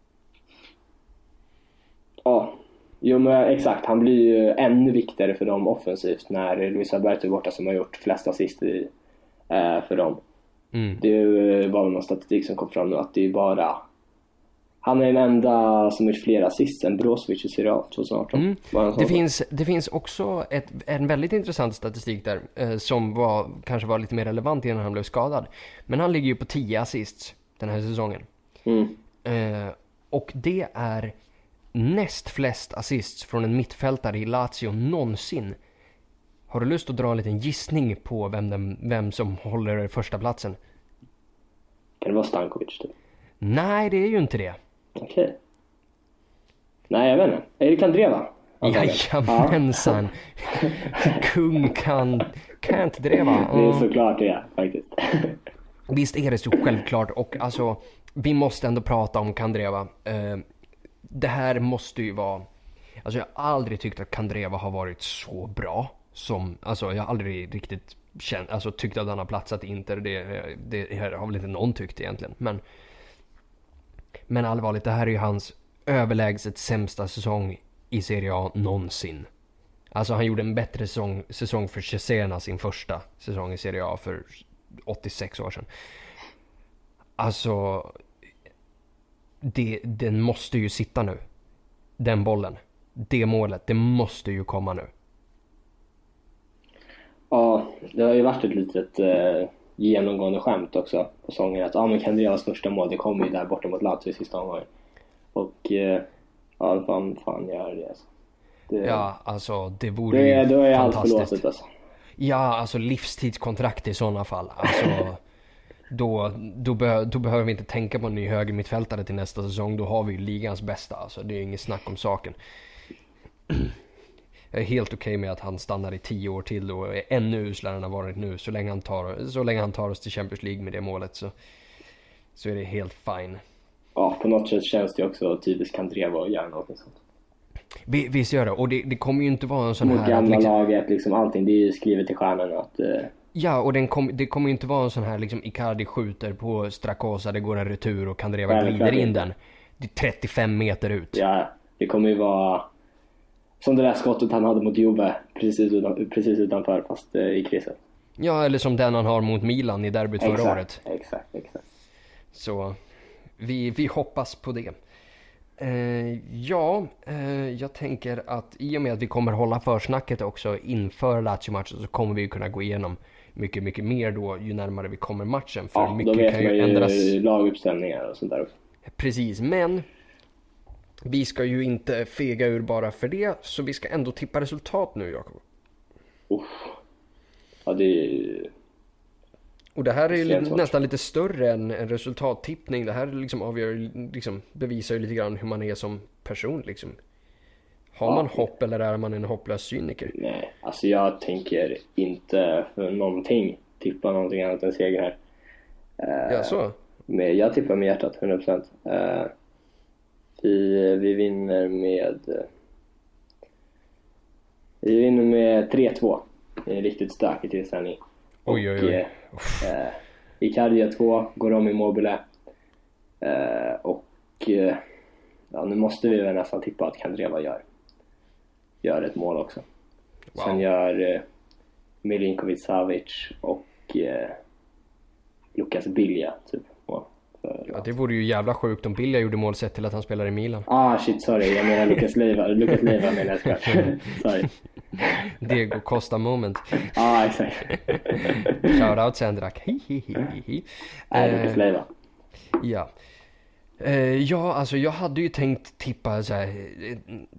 Ja, jo, men exakt. Han blir ju ännu viktigare för dem offensivt när Luis Alberto är borta, som har gjort flest assist i, eh, för dem. Mm. Det var någon statistik som kom fram nu att det är bara han är den enda som har gjort fler assist än Brozovic i Serie A tjugoarton. Mm. Det, finns, det finns också ett, en väldigt intressant statistik där eh, som var, kanske var lite mer relevant innan han blev skadad. Men han ligger ju på tio assists den här säsongen. Mm. Eh, och det är näst flest assists från en mittfältare i Lazio någonsin. Har du lust att dra en liten gissning på vem, den, vem som håller första platsen? Kan det vara Stankovic typ? Nej, det är ju inte det. Okej. Okay. Nej, jag vet inte. Är det Kandreva? Jajamensan. Ja. Kung kan Kant Dreva. Det är såklart det, faktiskt. Visst är det så självklart. Och alltså, vi måste ändå prata om Kandreva. Uh, det här måste ju vara... Alltså jag har aldrig tyckt att Kandreva har varit så bra som, alltså jag har aldrig riktigt känt, alltså tyckt att han har platsat i Inter. Det, det har väl inte någon tyckt egentligen. Men, men allvarligt, det här är ju hans överlägset sämsta säsong i Serie A någonsin. Alltså han gjorde en bättre säsong, säsong för Cesena, sin första säsong i Serie A för åttiosex år sedan. Alltså det, den måste ju sitta nu. Den bollen. Det målet, det måste ju komma nu. Ja, det har ju varit ett litet eh, genomgående skämt också på sången att ah, men Candrevas första mål, det kommer ju där borta mot Lazio i sista omgången. Och eh, ja, fan, fan gör det alltså. Det, ja, alltså det vore det, ju då är allt fantastiskt. förlåtet alltså. Ja, alltså livstidskontrakt i sådana fall. Alltså då, då, be, då behöver vi inte tänka på en ny höger mittfältare till nästa säsong. Då har vi ju ligans bästa. Alltså det är inget snack om saken. Jag är helt okej okay med att han stannar i tio år till och är ännu uslare än han varit nu. Så länge han tar, så länge han tar oss till Champions League med det målet så, så är det helt fine. Ja, på något sätt känns det också typiskt Candreva att göra något sånt. Vi, visst gör det. Och det, det kommer ju inte vara en sån mot här... Mot gamla liksom, laget, liksom allting. Det är ju skrivet i stjärnan att... Eh... Ja, och den kom, det kommer ju inte vara en sån här liksom Icardi skjuter på Strakosa, det går en retur och Candreva glider in den. Det är trettiofem meter ut. Ja, det kommer ju vara... Som det där skottet han hade mot Juve precis, utan, precis utanför, fast eh, i krisen. Ja, eller som den han har mot Milan i derbyt förra exakt, året. Exakt, exakt. Så vi, vi hoppas på det. Eh, ja, eh, jag tänker att i och med att vi kommer hålla försnacket också inför Lazio-matchen så kommer vi kunna gå igenom mycket, mycket mer då ju närmare vi kommer matchen. För ja, mycket då vet kan ju man ju ändras. laguppställningar och sånt där också. Precis, men vi ska ju inte fega ur bara för det, så vi ska ändå tippa resultat nu, Jakob. Uff. Ja, det är ju... Och det här är ju nästan lite större än en resultattippning. Det här liksom avgör, liksom bevisar ju lite grann hur man är som person liksom. Har ja. man hopp eller är man en hopplös cyniker? Nej, alltså jag tänker inte för någonting tippa någonting annat än seger här. Uh, ja, så? Med, jag tippar med hjärtat, hundra procent. Uh, vi, vi vinner med... Uh, vi vinner med tre två. Det är en riktigt stökig tillställning. Oj, oj, oj. Eh, Icardi två, går om Immobile. Eh, och eh, ja, nu måste vi väl nästan tippa att Candreva gör gör ett mål också. Wow. Sen gör eh, Milinkovic Savic och eh, Lucas Bilja typ mål. För, ja, det vore ju jävla sjukt om Bilja gjorde mål sett till att han spelar i Milan. Ah shit, sorry, jag menar Lucas Leiva. Lucas Leiva menar jag ska. Sorry. Diego Costa moment. Ah, exakt. Shoutout Sendrak. Hi hi hi hi. Nej, Lucas Leiva. Ja. Uh, ja, alltså jag hade ju tänkt tippa så här. Uh,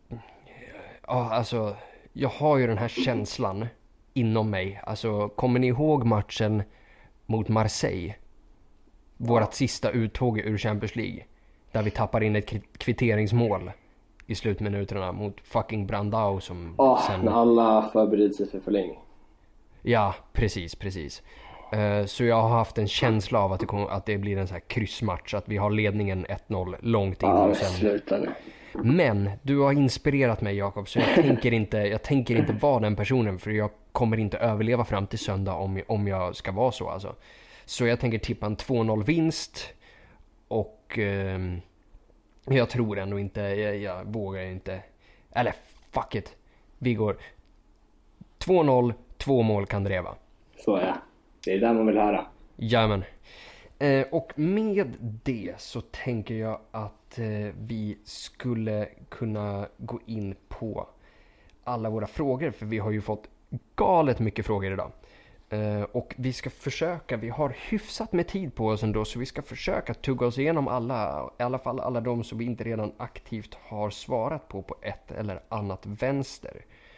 ja, alltså jag har ju den här känslan inom mig. Alltså, kommer ni ihåg matchen mot Marseille? Vårat sista uttåg ur Champions League. Där vi tappar in ett kvitteringsmål i slutminuterna mot fucking Brandao som oh, sen... när alla förbereder sig för förlängning. Ja, precis, precis. Uh, så jag har haft en känsla av att det, kommer, att det blir en så här kryssmatch. Att vi har ledningen ett noll långt in. Ja, och sen... sluta nu. Men du har inspirerat mig, Jakob, så jag tänker inte, jag tänker inte vara den personen, för jag kommer inte överleva fram till söndag om, om jag ska vara så alltså. Så jag tänker tippa en två noll vinst och eh, jag tror ändå inte, jag, jag vågar inte, eller fuck it, vi går två noll, två mål Candreva. Så ja, det är där man vill höra. Jajamän. Eh, och med det så tänker jag att eh, vi skulle kunna gå in på alla våra frågor, för vi har ju fått galet mycket frågor idag. Eh, och vi ska försöka, vi har hyfsat med tid på oss ändå, så vi ska försöka tugga oss igenom alla, i alla fall alla de som vi inte redan aktivt har svarat på på ett eller annat vänster.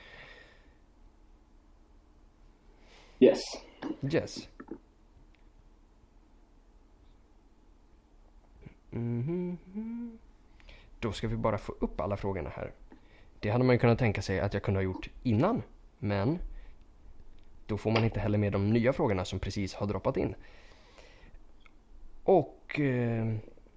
Yes. Yes. Mm-hmm. Då ska vi bara få upp alla frågorna här. Det hade man ju kunnat tänka sig att jag kunde ha gjort innan, men då får man inte heller med de nya frågorna som precis har droppat in. Och eh,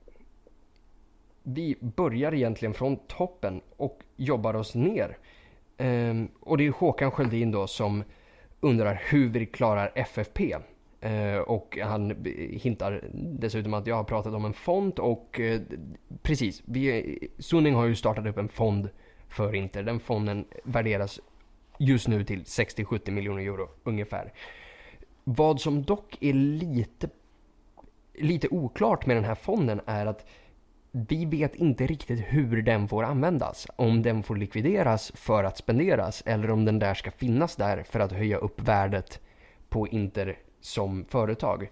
vi börjar egentligen från toppen och jobbar oss ner. Um, och det är Håkan Sköldin då som undrar hur vi klarar F F P. Uh, och han hintar dessutom att jag har pratat om en fond och uh, precis, vi, Sunning har ju startat upp en fond för Inter. Den fonden värderas just nu till sextio till sjuttio miljoner euro ungefär. Vad som dock är lite, lite oklart med den här fonden är att vi vet inte riktigt hur den får användas. Om den får likvideras för att spenderas eller om den där ska finnas där för att höja upp värdet på Inter som företag.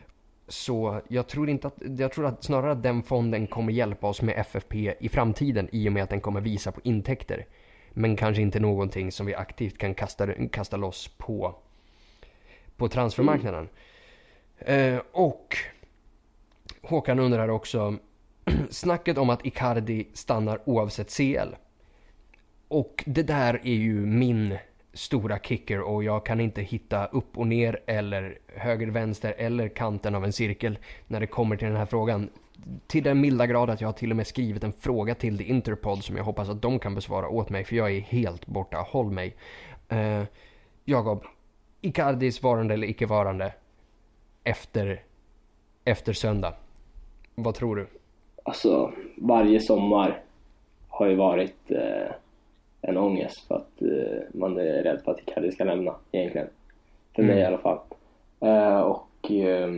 Så jag tror inte att, jag tror att snarare att den fonden kommer hjälpa oss med F F P i framtiden i och med att den kommer visa på intäkter. Men kanske inte någonting som vi aktivt kan kasta, kasta loss på, på transfermarknaden. Mm. Eh, och Håkan undrar också snacket om att Icardi stannar oavsett C L. Och det där är ju min stora kicker och jag kan inte hitta upp och ner eller höger, vänster eller kanten av en cirkel när det kommer till den här frågan. Till den milda grad att jag har till och med skrivit en fråga till The Interpod som jag hoppas att de kan besvara åt mig för jag är helt borta. Håll mig. Uh, Jakob, Icardis varande eller icke-varande efter, efter söndag. Vad tror du? Alltså, varje sommar har ju varit eh, en ångest för att eh, man är rädd för att Icardi ska lämna egentligen. För mm. mig i alla fall. Eh, och eh,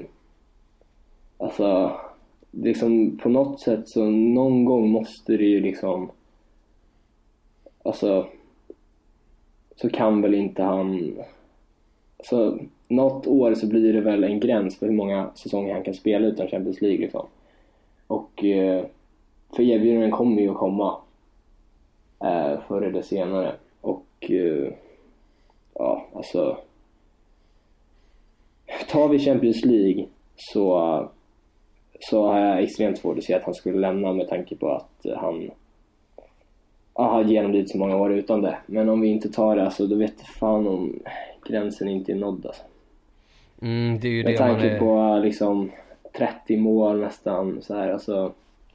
alltså liksom på något sätt så någon gång måste det ju liksom alltså så kan väl inte han så något år så blir det väl en gräns för hur många säsonger han kan spela utan Champions League liksom. Och eh, för erbjudanden kommer ju att komma eh, förr eller senare. Och eh, ja, alltså tar vi Champions League så, så har jag extremt svårt att se att han skulle lämna med tanke på att han ja, har genomlidit så många år utan det. Men om vi inte tar det, alltså, då vet fan om gränsen inte är nådd. Alltså. Mm, det är ju med det tanke man är... på liksom trettio mål nästan så här, alltså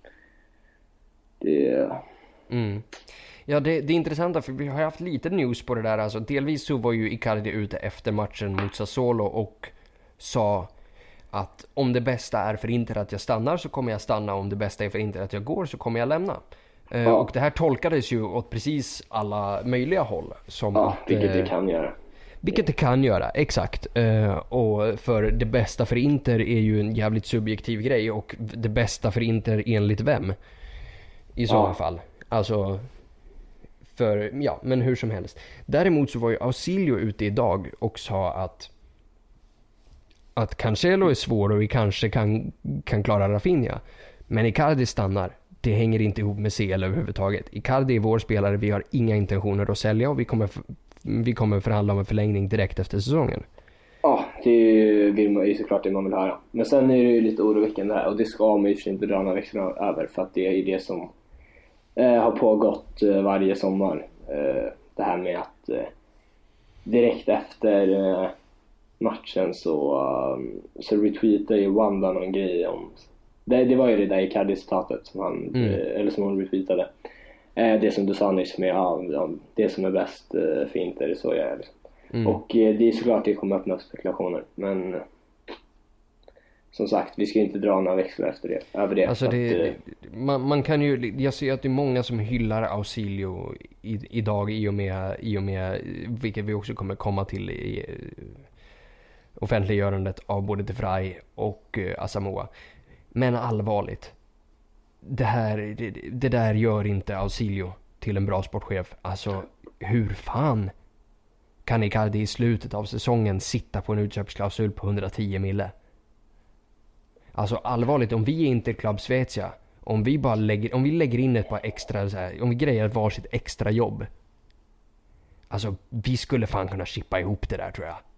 det... Mm. Ja, det, det är intressant för vi har haft lite news på det där. Alltså, delvis så var ju Icardi ute efter matchen mot Sassuolo och sa att om det bästa är för Inter att jag stannar så kommer jag stanna. Om det bästa är för Inter att jag går så kommer jag lämna. Ja. Uh, och det här tolkades ju åt precis alla möjliga håll. Som ja, att, vilket det kan göra. Vilket det kan göra, exakt. Uh, och för det bästa för Inter är ju en jävligt subjektiv grej. Och det bästa för Inter enligt vem? I sådana ja. fall. Alltså, för, ja, men hur som helst. Däremot så var ju Ausilio ute idag och sa att att Cancelo är svår och vi kanske kan, kan klara Rafinha. Men Icardi stannar. Det hänger inte ihop med C L överhuvudtaget. Icardi är vår spelare, vi har inga intentioner att sälja och vi kommer, vi kommer förhandla om en förlängning direkt efter säsongen. Ja, det vill man ju såklart det man vill höra. Men sen är det ju lite oroväckande här och det ska man ju inte dra några växlar över för att det är ju det som eh, har pågått eh, varje sommar. Eh, det här med att eh, direkt efter eh, matchen så, um, så retweetade ju Wanda någon grej om det, det var ju det där Icardi-citatet som han mm. eh, eller som hon retweetade eh, det som du sa nyss med ja, det som är bäst eh, för Inter, så jag är liksom. mm. Och eh, det är såklart det kommer öppna upp spekulationer, men eh, som sagt, vi ska inte dra några växlar efter det, över det. Alltså det, att, det man, man kan ju, jag ser att det är många som hyllar Ausilio i, idag i och med, i och med vilket vi också kommer komma till i offentliggörandet av både De Vrij och uh, Asamoah. Men allvarligt, det, här, det, det där gör inte Ausilio till en bra sportchef. Alltså, hur fan kan Icardi i slutet av säsongen sitta på en utköpsklausul på hundratio mille? Alltså allvarligt, om vi är inte Club Svezia, om vi bara lägger, om vi lägger in ett par extra så här, om vi grejer varsitt extra jobb. Alltså, vi skulle fan kunna chippa ihop det där, tror jag.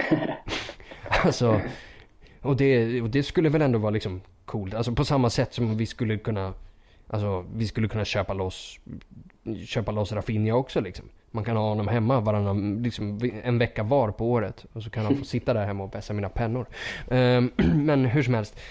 Alltså, och det, och det skulle väl ändå vara liksom coolt. Alltså på samma sätt som vi skulle kunna, alltså vi skulle kunna köpa loss köpa loss Rafinha också liksom. Man kan ha honom hemma varannan, liksom en vecka var på året och så kan han få sitta där hemma och vässa mina pennor. Uh, men hur som helst,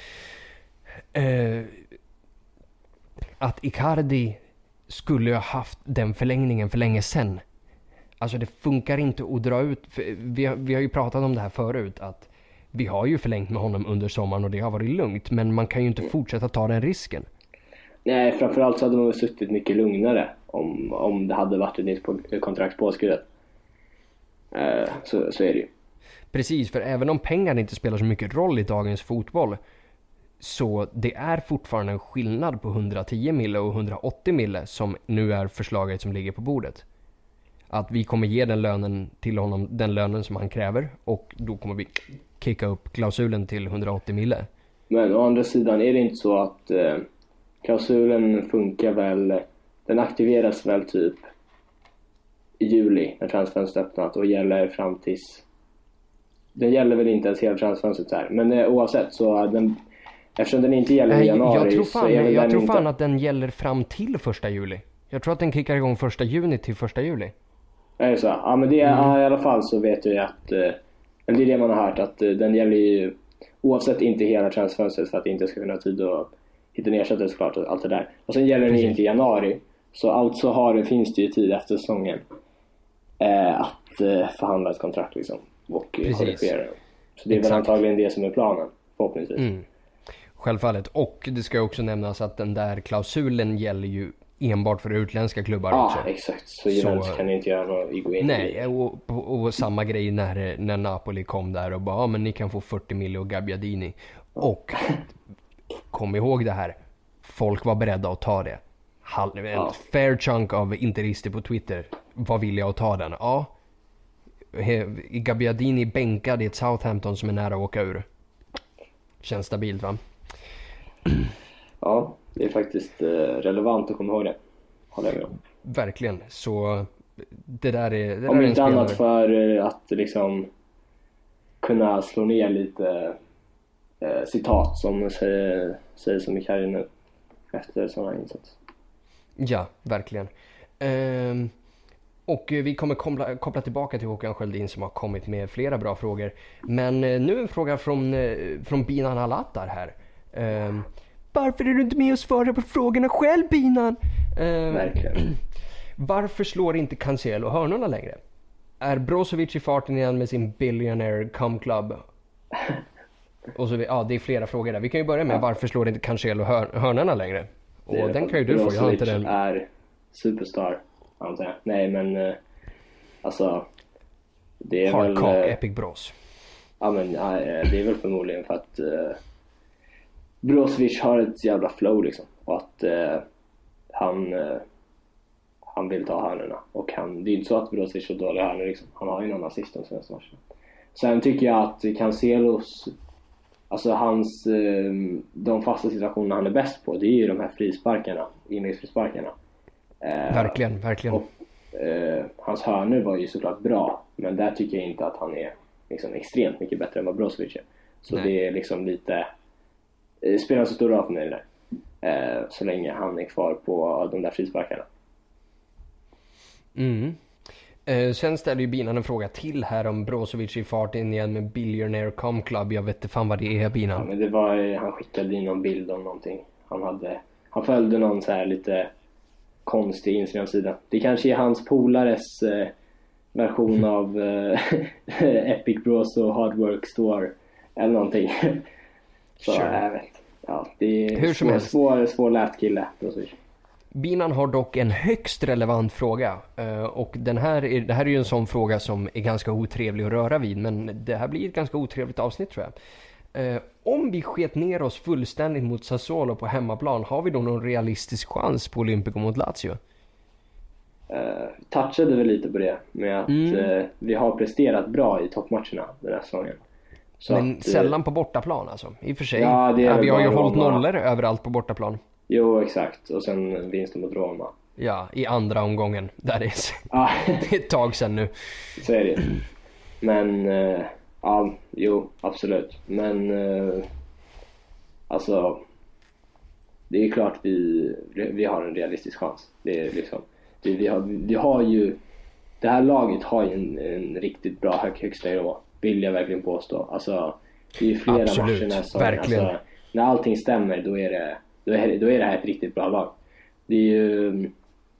uh, att Icardi skulle ha haft den förlängningen för länge sedan. Alltså det funkar inte att dra ut, för vi, har, vi har ju pratat om det här förut, att vi har ju förlängt med honom under sommaren och det har varit lugnt, men man kan ju inte fortsätta ta den risken. Nej, framförallt så hade man väl suttit mycket lugnare om, om det hade varit ett nytt kontrakt påskrivet. Uh, så, så är det ju. Precis, för även om pengar inte spelar så mycket roll i dagens fotboll, så det är fortfarande en skillnad på hundratio mille och hundraåttio mille som nu är förslaget som ligger på bordet. Att vi kommer ge den lönen till honom, den lönen som han kräver, och då kommer vi kicka upp klausulen till hundraåttio mille. Men å andra sidan är det inte så att eh, klausulen funkar väl, den aktiveras väl typ i juli när transfönstret öppnat och gäller fram tills, den gäller väl inte ens hela transfönstret här, men eh, oavsett så den, eftersom den inte gäller i januari, jag tror fan, så är jag den tror inte... fan att den gäller fram till första juli. Jag tror att den kickar igång första juni till första juli. Är det så? Ja, men det är, Mm. ja, i alla fall så vet jag att, eller det är det man har hört, att den gäller ju oavsett inte hela transfönstret för att det inte ska kunna ha tid att hitta en ersättare såklart och allt det där. Och sen gäller den inte i januari, så alltså har det, finns det ju tid efter säsongen eh, att eh, förhandla ett kontrakt liksom och korrigera det. Så det är Exakt. väl antagligen det som är planen, förhoppningsvis. Mm. Självfallet. Och det ska också nämnas att den där klausulen gäller ju enbart för utländska klubbar ah, också. Ja, exakt. Så Juventus så, kan inte göra något i gå in. Nej, och, och, och samma grej när, när Napoli kom där och bara, ja, men ni kan få fyrtio mille och Gabbiadini. Och kom ihåg det här. Folk var beredda att ta det. Halv, en ja. fair chunk av interister på Twitter var villiga att ta den. Ja. Gabbiadini bänkade i ett Southampton som är nära att åka ur. Känns stabilt, va? Ja, det är faktiskt relevant att komma ihåg det. Håller jag med om. Verkligen. Så det där är... Det om där är inte en annat för att liksom kunna slå ner lite eh, citat som säger, säger så mycket här nu efter sådana insats. Ja, verkligen. Ehm, och vi kommer koppla, koppla tillbaka till Håkan Sköldin som har kommit med flera bra frågor. Men eh, nu en fråga från, eh, från Binan Alatar här. Ehm, varför är du inte med och svarar på frågorna själv, Binan? Ehm, verkligen. Varför slår inte Cancelo hörnorna längre? Är Brozovic i farten igen med sin Billionaire Come Club? Och så, ja, det är flera frågor där. Vi kan ju börja med, ja. Varför slår inte Cancelo hör, hörnorna längre? Och det, den kan ju du få, jag har inte den. Är superstar, antar jag. Nej, men eh, alltså det är Hardcock, väl eh, Epic Bros. Ja, men ja, det är väl förmodligen för att eh, Brozovic har ett jävla flow liksom. Och att eh, han eh, han vill ta hörnorna. Och han, det är inte så att Brozovic har dåliga hörnor liksom. Han har ju någon assist de senaste matcherna. Sen tycker jag att Cancelos, alltså hans eh, de fasta situationerna han är bäst på, det är ju de här frisparkarna, inläggsfrisparkarna. Eh, verkligen, verkligen. Och, eh, hans hörnor var ju såklart bra, men där tycker jag inte att han är liksom extremt mycket bättre än vad Brozovic är. Så Nej. Det är liksom lite eh, spelar så stor roll för mig det där. Eh, så länge han är kvar på de där frisparkarna. Mm. Eh, sen ställer ju Binan en fråga till här om Brozovic i fart in igen med Billionaire Com Club. Jag vet inte fan vad det är, Binan. Ja, men det var, han skickade in någon bild om någonting. Han hade, han följde någon så här lite konstig Instagram-sida. Det kanske är hans polares eh, version av eh, Epic Bros och Hardwork Store eller någonting. Så sure. Jag vet. Ja, det är hur som svår, helst. svår, svår läst kille, Brozovic. Binan har dock en högst relevant fråga, och den här är, det här är ju en sån fråga som är ganska otrevlig att röra vid, men det här blir ett ganska otrevligt avsnitt tror jag. Om vi sket ner oss fullständigt mot Sassuolo på hemmaplan, har vi då någon realistisk chans på Olympico mot Lazio? Uh, touchade väl lite på det med att mm. uh, vi har presterat bra i toppmatcherna den här säsongen. Så men att, sällan på bortaplan alltså, i och för sig. Ja, det är vi har ju Roma. hållit nollor överallt på bortaplan. Jo, exakt. Och sen vinsten mot Roma. Ja, i andra omgången. Där är ah. det ett tag sedan nu. Så är det. Men, uh, ja, jo, absolut. Men, uh, alltså, det är klart vi, vi har en realistisk chans. Det är liksom, det, vi, har, vi har ju, det här laget har ju en, en riktigt bra hög, högsta nivå. Vill jag verkligen påstå. Alltså, det är flera absolut, matcher som, verkligen. Alltså, när allting stämmer, då är det Då är, då är det här ett riktigt bra lag. Det är ju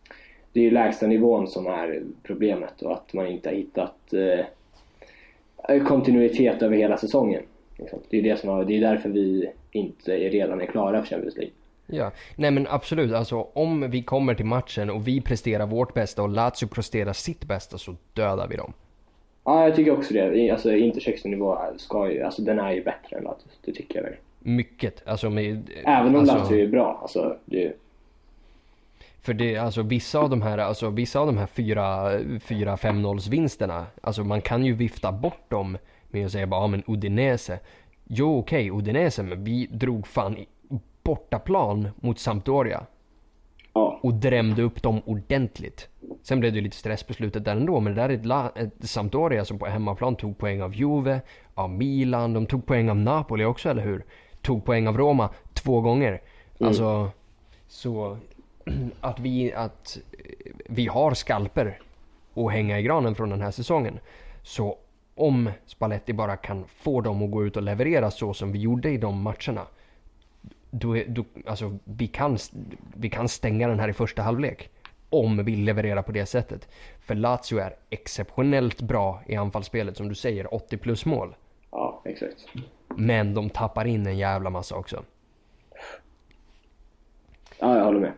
det är ju lägsta nivån som är problemet och att man inte har hittat eh, kontinuitet över hela säsongen. Liksom. Det är det som har, det är därför vi inte är redan är klara för Champions League. Ja, nej men absolut. Alltså om vi kommer till matchen och vi presterar vårt bästa och Lazio presterar sitt bästa så dödar vi dem. Ja, jag tycker också det. Alltså Inters nivå ska ju, alltså den är ju bättre än Lazio, det tycker jag väl. Mycket, alltså med, även om alltså, Lazio är bra, alltså det. För det, alltså vissa av de här, alltså vissa av de här fyra, fyra fem noll vinsterna, alltså man kan ju vifta bort dem med att säga bara, ja men Udinese. Jo okej, okay, Udinese, men vi drog fan i bortaplan mot Sampdoria. Ja. Och drämde upp dem ordentligt. Sen blev det lite stress på slutet där ändå. Men det där är ett, la- ett Sampdoria som på hemmaplan tog poäng av Juve, av Milan. De tog poäng av Napoli också, eller hur? Tog poäng av Roma två gånger. Mm. Alltså, så att vi, att vi har skalper att hänga i granen från den här säsongen. Så om Spalletti bara kan få dem att gå ut och leverera så som vi gjorde i de matcherna, Då, är, då, alltså, vi, kan, vi kan stänga den här i första halvlek om vi levererar på det sättet. För Lazio är exceptionellt bra i anfallsspelet, som du säger, åttio plus mål. Ja, exakt. Men de tappar in en jävla massa också. Ja, jag håller med.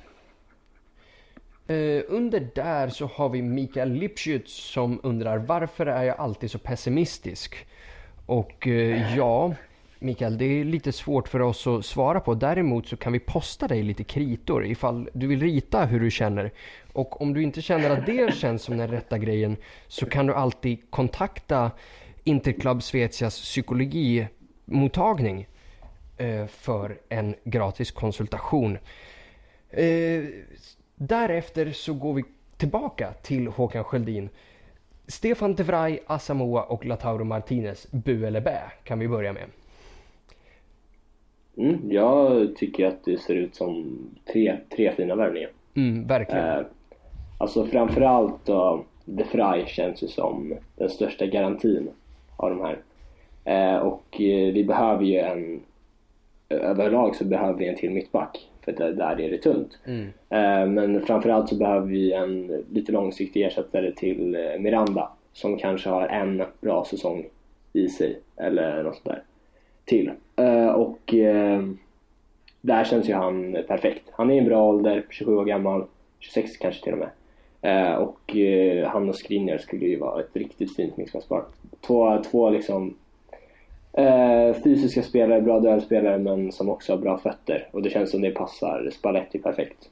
Uh, under där så har vi Mikael Lipschütz som undrar, varför är jag alltid så pessimistisk? Och uh, ja... Mikael, det är lite svårt för oss att svara på. Däremot så kan vi posta dig lite kritor ifall du vill rita hur du känner. Och om du inte känner att det känns som den rätta grejen, så kan du alltid kontakta Interclub Svezias psykologimottagning eh, för en gratis konsultation. Eh, därefter så går vi tillbaka till Håkan Sköldin. Stefan de Vrij, Asamoah och Lautaro Martinez, bu eller bä, kan vi börja med. Mm, jag tycker att det ser ut som tre, tre fina värvningar. Mm, verkligen. Eh, alltså framförallt då, de Vrij känns ju som den största garantin av de här. Eh, och eh, vi behöver ju en, överlag så behöver vi en till mittback. För där, där är det tunt. Mm. Eh, men framförallt så behöver vi en lite långsiktig ersättare till eh, Miranda. Som kanske har en bra säsong i sig. Eller något sånt där. Till. Uh, och uh, där känns ju han perfekt. Han är i en bra ålder, tjugosju år gammal, tjugosex kanske till och med. Uh, och uh, han och Skriniar skulle ju vara ett riktigt fint mittbackspar. Två, två liksom uh, fysiska spelare, bra duellspelare, men som också har bra fötter. Och det känns som det passar Spalletti perfekt.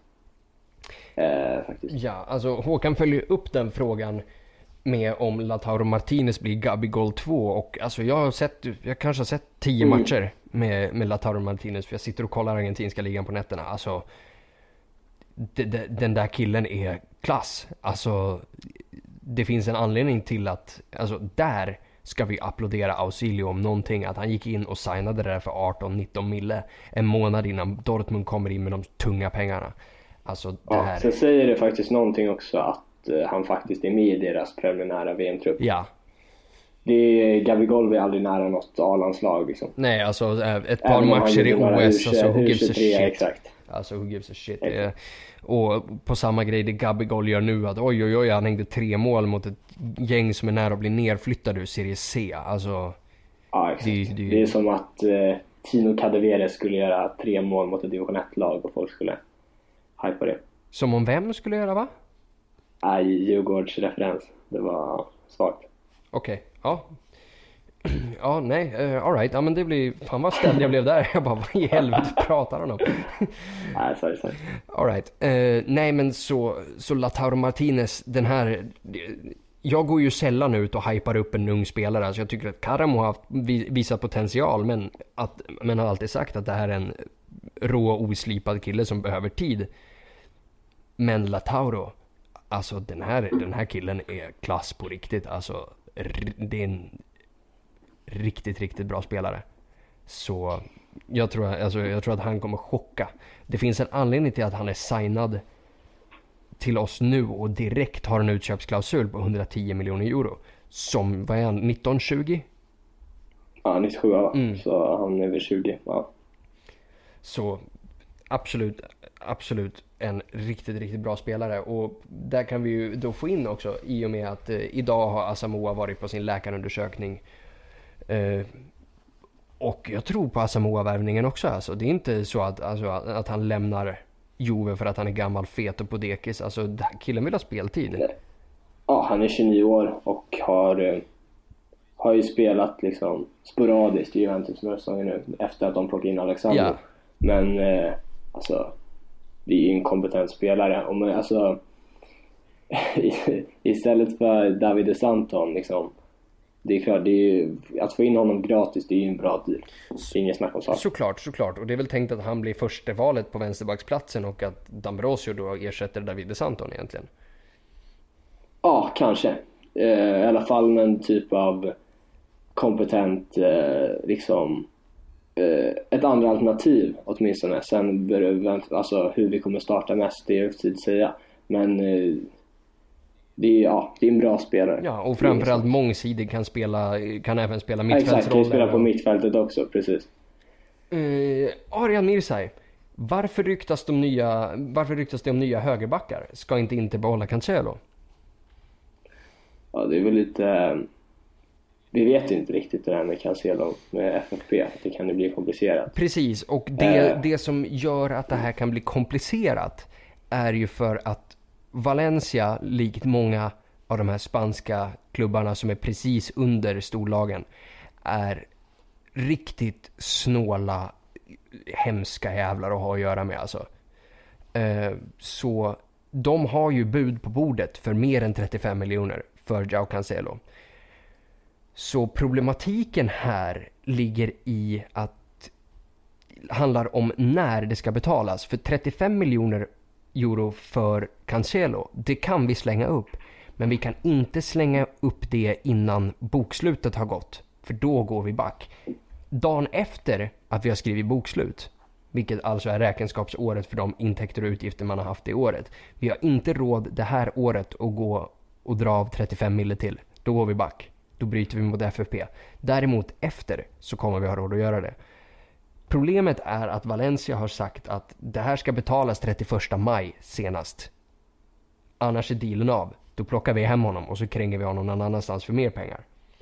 Uh, faktiskt. Ja, alltså Håkan följer upp den frågan med om Lautaro Martinez blir Gabigol två, och alltså jag har sett, jag kanske har sett tio mm. matcher med, med Lautaro Martinez, för jag sitter och kollar argentinska ligan på nätterna. Alltså de, de, den där killen är klass. Alltså det finns en anledning till att, alltså där ska vi applådera Ausilio om någonting, att han gick in och signade det där för arton nitton mille en månad innan Dortmund kommer in med de tunga pengarna. Alltså det ja, här... Sen säger det faktiskt någonting också att han faktiskt är med i deras preliminära V M-trupp. Ja. Det är, Gabigol är aldrig nära något A-landslag liksom. Nej, alltså ett par matcher i O S, alltså who gives a shit. Exakt. Alltså who gives a shit. Det, och på samma grej det Gabigol gör nu, att oj oj oj, han hängde tre mål mot ett gäng som är nära att bli nerflyttade ur Serie C. Alltså ja, exakt. Det, det, det är som att eh, Tino Kadewere skulle göra tre mål mot ett division ett-lag och folk skulle hypa det. Som om vem skulle göra, va? Nej, Djurgårds referens. Det var svagt. Okej, okay. Ja. Ja, nej, uh, all right. Ja, men det blir, fan vad ställd jag blev där. Jag bara, vad i helvete pratar han om? Nej, sorry, sorry. All right. Uh, nej, men så, så Lautaro Martinez, den här... Jag går ju sällan ut och hypar upp en ung spelare. Alltså jag tycker att Karamo har haft, visat potential, men, att, men har alltid sagt att det här är en rå och oslipad kille som behöver tid. Men Lautaro, alltså den här, den här killen är klass på riktigt. Alltså det är en riktigt, riktigt bra spelare. Så jag tror, alltså, jag tror att han kommer chocka. Det finns en anledning till att han är signad till oss nu och direkt har en utköpsklausul på hundratio miljoner euro. Som, vad är han, nitton tjugo? Ja, nittiosju, mm. Så han är väl tjugo, ja. Så absolut, absolut en riktigt, riktigt bra spelare. Och där kan vi ju då få in också, i och med att eh, idag har Asamoah varit på sin läkarundersökning. Eh, och jag tror på Asamoah-värvningen också. Alltså. Det är inte så att, alltså, att han lämnar Juve för att han är gammal, fet och på dekis. Alltså, killen vill ha speltid. Ja, han är tjugonio år och har, eh, har ju spelat liksom sporadiskt i Juventus några säsonger nu efter att de plockade in Alexander. Ja. Men eh, alltså, det är ju en kompetent spelare. Och man, alltså, istället för Davide Santon liksom, det är klart, det är ju, att få in honom gratis, det är ju en bra deal. Det är inget snack om sak. Såklart, såklart. Och det är väl tänkt att han blir första valet på vänsterbacksplatsen och att D'Ambrosio då ersätter Davide Santon egentligen. Ja, kanske. Eh, I alla fall en typ av kompetent eh, liksom eh, ett andra alternativ åtminstone. Sen bör, alltså, hur vi kommer starta mest, det är upp till att säga. Men eh, det är, ja, det är en bra spelare. Ja, och framförallt mångsidig, kan spela, kan även spela mittfältsroller. Exakt, kan spela på mittfältet också, precis. Uh, Arian Mirsay, varför ryktas de nya, varför ryktas det om nya högerbackar? Ska inte inte behålla Cancelo? Ja, det är väl lite... Vi vet inte riktigt det här med Cancelo med F F P. Det kan ju bli komplicerat. Precis, och det, uh. det som gör att det här kan bli komplicerat är ju för att Valencia, likt många av de här spanska klubbarna som är precis under storlagen, är riktigt snåla, hemska jävlar att ha att göra med alltså. Eh, så de har ju bud på bordet för mer än trettiofem miljoner för João Cancelo. Så problematiken här ligger i att handlar om när det ska betalas. För trettiofem miljoner euro för Cancelo, det kan vi slänga upp. Men vi kan inte slänga upp det innan bokslutet har gått. För då går vi back. Dagen efter att vi har skrivit bokslut, vilket alltså är räkenskapsåret för de intäkter och utgifter man har haft i året. Vi har inte råd det här året att gå och dra av trettiofem mille till. Då går vi back. Då bryter vi mot F F P. Däremot efter så kommer vi ha råd att göra det. Problemet är att Valencia har sagt att det här ska betalas trettioförsta maj senast. Annars är dealen av. Då plockar vi hem honom och så kränger vi honom någon annanstans för mer pengar.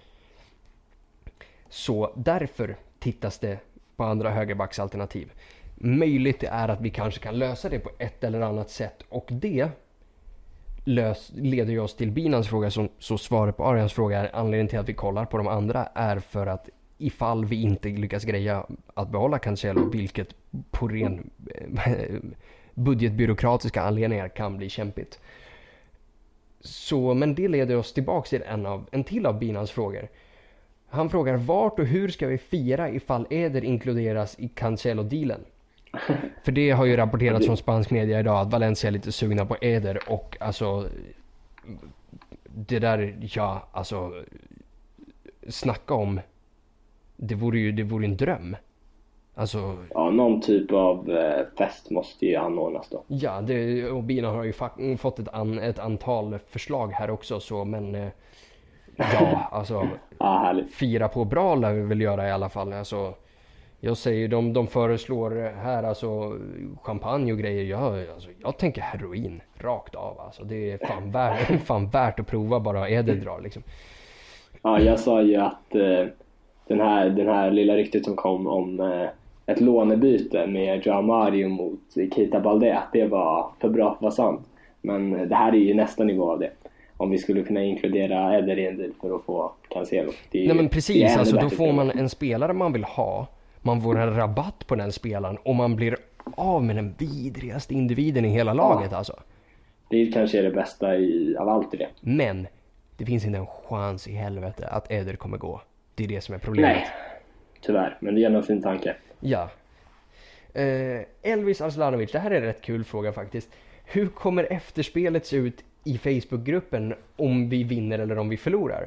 Så därför tittas det på andra högerbacksalternativ. Möjligt är att vi kanske kan lösa det på ett eller annat sätt. Och det lös, leder ju oss till Binans fråga. Så, så svaret på Arians fråga är anledningen till att vi kollar på de andra är för att ifall vi inte lyckas greja att behålla Cancelo, vilket på ren budgetbyråkratiska anledningar kan bli kämpigt. Så, men det leder oss tillbaka till en, av, en till av Binans frågor. Han frågar vart och hur ska vi fira ifall Eder inkluderas i Cancelo-dealen? För det har ju rapporterats från spansk media idag att Valencia är lite sugna på Eder och alltså det där, ja, alltså snacka om det vore ju det vore en dröm. Alltså, ja, någon typ av eh, fest måste ju anordnas då. Ja, det, och Bina har ju fa- fått ett, an, ett antal förslag här också så, men eh, ja, alltså ah, härligt. Fira på bra lär vi väl göra i alla fall. Alltså, jag säger, de, de föreslår här alltså champagne och grejer. Jag, alltså, jag tänker heroin rakt av. Alltså, det är fan värt, fan värt att prova bara Eder drar liksom. Ja, jag sa ju att eh, den, här, den här lilla ryktet som kom om eh, ett lånebyte med João Mario mot Keita Balde, att det var för bra för att vara sant. Men det här är ju nästa nivå av det. Om vi skulle kunna inkludera Eder i en deal för att få Cancelo. Det är, nej men precis, alltså då får man en spelare man vill ha. Man får en rabatt på den spelaren och man blir av med den vidrigaste individen i hela laget, ja. Alltså. Det kanske är det bästa i, av allt i det. Men det finns inte en chans i helvete att Eder kommer gå. Det är det som är problemet. Nej, tyvärr. Men det är en fin tanke. Ja. Eh, Elvis Arslanovic, det här är en rätt kul fråga faktiskt. Hur kommer efterspelet se ut i Facebookgruppen om vi vinner eller om vi förlorar?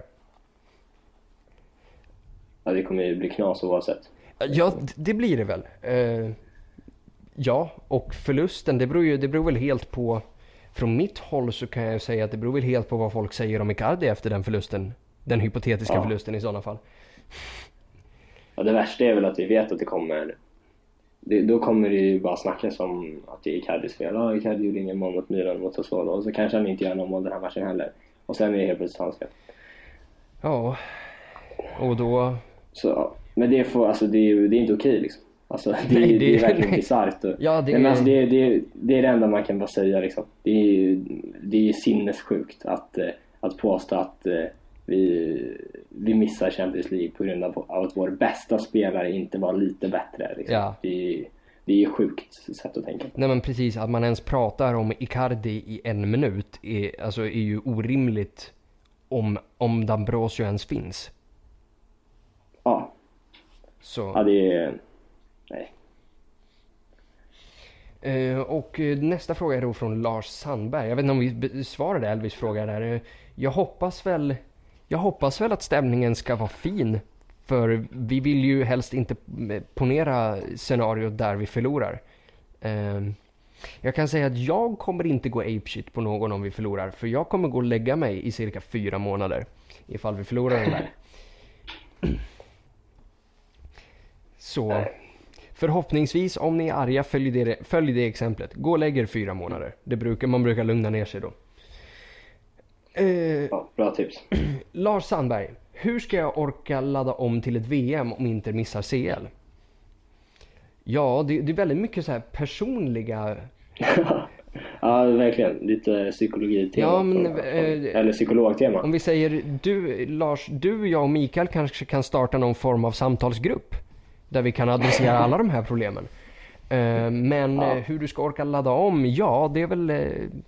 Ja, det kommer ju bli knas oavsett. Ja, det blir det väl. Eh, ja, och förlusten, det beror ju det beror väl helt på. Från mitt håll så kan jag säga att det beror väl helt på vad folk säger om Icardi efter den förlusten. Den hypotetiska ja. förlusten i sådana fall. Ja, det värsta är väl att vi vet att det kommer det, då kommer det ju bara snackas om att det är Icardis fel. Ja, Icardi gjorde ingen mål mot Milan mot Sassuolo, och så kanske han inte gör någon mål den här matchen heller. Och sen är det helt plötsligt hans fel. Ja, och då... Så, men det, får, alltså, det, är, det är inte okej liksom. Alltså, det, nej, det, det är verkligen bisarrt. Ja, det, men alltså, det, det, det är det enda man kan bara säga liksom. Det är, det är sinnessjukt att, att påstå att vi, vi missar Champions League på grund av att vår bästa spelare inte var lite bättre liksom. Ja. Det är, det är sjukt sätt att tänka. Nej, men precis, att man ens pratar om Icardi i en minut är, alltså, är ju orimligt om, om D'Ambrosio ens finns. Ja. Så. Ja, det är... Nej. Uh, och uh, nästa fråga är då från Lars Sandberg. Jag vet inte om vi svarade Elvis fråga där. Uh, jag hoppas väl jag hoppas väl att stämningen ska vara fin, för vi vill ju helst inte ponera scenariot där vi förlorar. Uh, jag kan säga att jag kommer inte gå apeshit på någon om vi förlorar, för jag kommer gå och lägga mig i cirka fyra månader ifall vi förlorar den där. Så förhoppningsvis, om ni är arga, följ det, följ det exemplet. Gå och lägg er fyra månader. Det brukar, man brukar lugna ner sig då. Eh, ja, bra tips. Lars Sandberg, hur ska jag orka ladda om till ett V M om inte missar C L? Ja, det, det är väldigt mycket så här personliga... Ja, verkligen. Lite psykologi-tema. Ja, men, från, eh, eller psykologtema. Om vi säger, du, Lars, du, jag och Mikael kanske kan starta någon form av samtalsgrupp där vi kan adressera alla de här problemen. Uh, men ja. uh, hur du ska orka ladda om, ja, det är väl... Uh,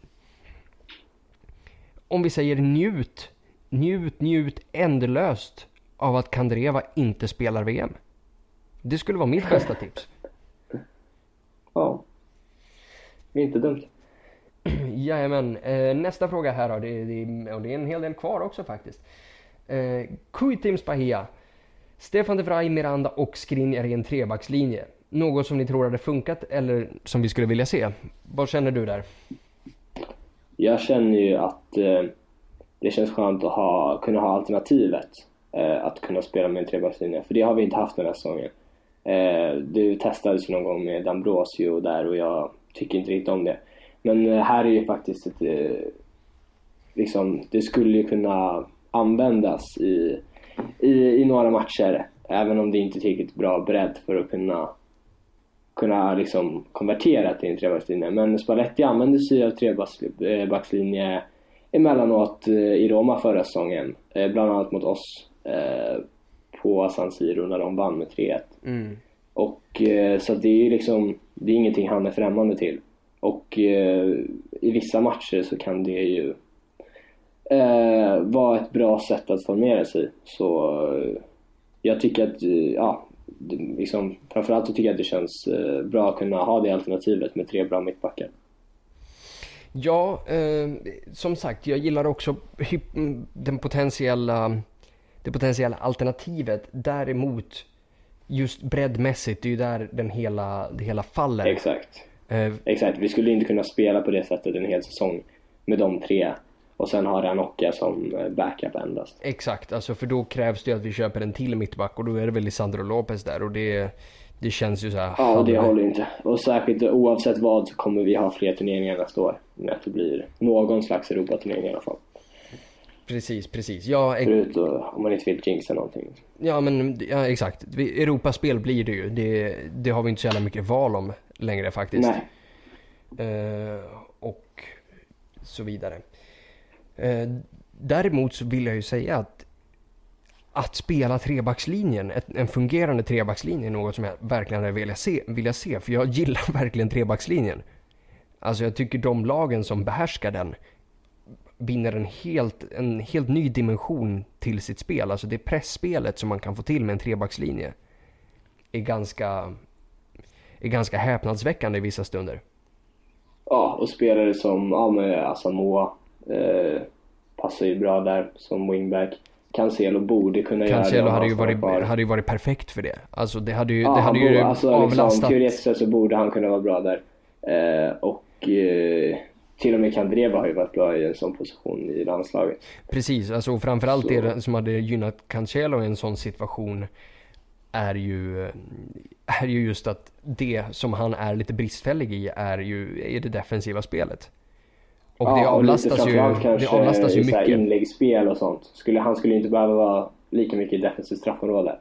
om vi säger njut, njut, njut ändlöst av att Kandreva inte spelar V M. Det skulle vara mitt bästa tips. Ja, det är inte dumt. Jajamän, uh, nästa fråga här då, det, det, och det är en hel del kvar också faktiskt. Uh, Kuitims Bahia. Stefan de Vrij, Miranda och Skriniar i en trebackslinje. Något som ni tror hade funkat eller som vi skulle vilja se. Vad känner du där? Jag känner ju att eh, det känns skönt att ha, kunna ha alternativet. Eh, att kunna spela med en trebackslinje. För det har vi inte haft den här säsongen. Eh, det testades ju någon gång med D'Ambrosio där och jag tycker inte riktigt om det. Men eh, här är ju faktiskt ett... Eh, liksom, det skulle ju kunna användas i... I, i några matcher, även om det inte är tillräckligt bra bredd för att kunna kunna liksom konvertera till en trebackslinje. Men Spalletti använde sig av trebackslinje emellanåt i Roma förra säsongen, bland annat mot oss på San Siro när de vann med tre ett. Mm. Och så det är ju liksom, det är ingenting han är främmande till. Och i vissa matcher så kan det ju Eh, var ett bra sätt att formera sig. Så eh, jag tycker att ja, det, liksom, framförallt så tycker jag att det känns eh, bra att kunna ha det alternativet med tre bra mittbackar. Ja, eh, som sagt, jag gillar också den potentiella det potentiella alternativet. Däremot just breddmässigt, det är ju där den hela, det hela faller. Exakt. Eh, Exakt, vi skulle inte kunna spela på det sättet en hel säsong med de tre. Och sen har Ranocchia som backup endast. Exakt, alltså för då krävs det att vi köper en till mittback. Och då är det väl Lisandro Lopez där. Och det, det känns ju så här. Ja, det håller inte. Och särskilt oavsett vad så kommer vi ha fler turneringar nästa år. När det blir någon slags Europa-turnering i alla fall. Precis, precis. Ja, ex- Förut om man inte vill jinxa någonting. Ja, men ja, exakt. Europaspel blir det ju. Det, det har vi inte så jävla mycket val om längre faktiskt. Nej. Uh, och så vidare. Eh, däremot så vill jag ju säga att att spela trebackslinjen, ett, en fungerande trebackslinje är något som jag verkligen vill se, vill jag se, för jag gillar verkligen trebackslinjen. Alltså jag tycker de lagen som behärskar den vinner en helt, en helt ny dimension till sitt spel. Alltså det pressspelet som man kan få till med en trebackslinje är ganska är ganska häpnadsväckande i vissa stunder. Ja, och spelare som ja, med Asamoah Eh, passar ju bra där som wingback. Cancelo borde kunna Cancelo göra det. Cancelo hade ju varit, hade ju varit perfekt för det. Alltså det hade ju, ja, det hade ju alltså, avlastat. Liksom, teoretiskt så borde han kunna vara bra där. Eh, och eh, till och med Kandreva har ju varit bra i en sån position i landslaget. Precis, alltså framförallt så. Det som hade gynnat Cancelo i en sån situation är ju, är ju just att det som han är lite bristfällig i är ju är det defensiva spelet. Och ja, det avlastas och ju, det avlastas ju mycket. Inläggsspel och sånt. Skulle, han skulle inte behöva vara lika mycket i defensivt straffområde.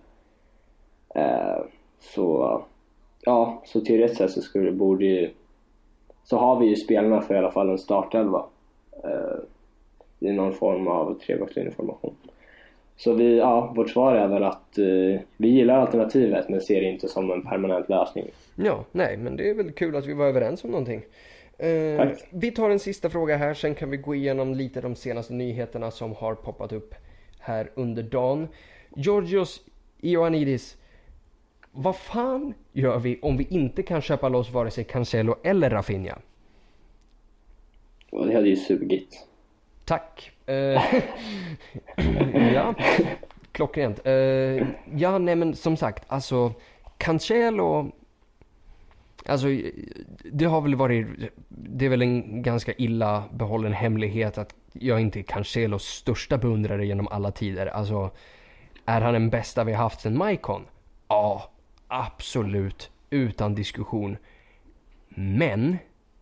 Eh, så ja, så teoretiskt sett så skulle borde ju, så har vi ju spelarna för i alla fall en startelva. Eh, i någon form av trebackslinjeformation. Så vi, ja, vårt svar är väl att eh, vi gillar alternativet men ser det inte som en permanent lösning. Ja, nej, men det är väl kul att vi var överens om någonting. Eh, vi tar en sista fråga här, sen kan vi gå igenom lite de senaste nyheterna som har poppat upp här under dagen. Georgios Ioannidis, vad fan gör vi om vi inte kan köpa loss vare sig Cancelo eller Rafinha? Och det hade ju sugit. Tack. Uh, ja, klockrent. Uh, ja, nej men som sagt, alltså Cancelo, alltså det har väl varit, det är väl en ganska illa behållen hemlighet att jag inte är Cancelos största beundrare genom alla tider. Alltså, är han den bästa vi har haft sedan Maicon? Ja, absolut, utan diskussion. Men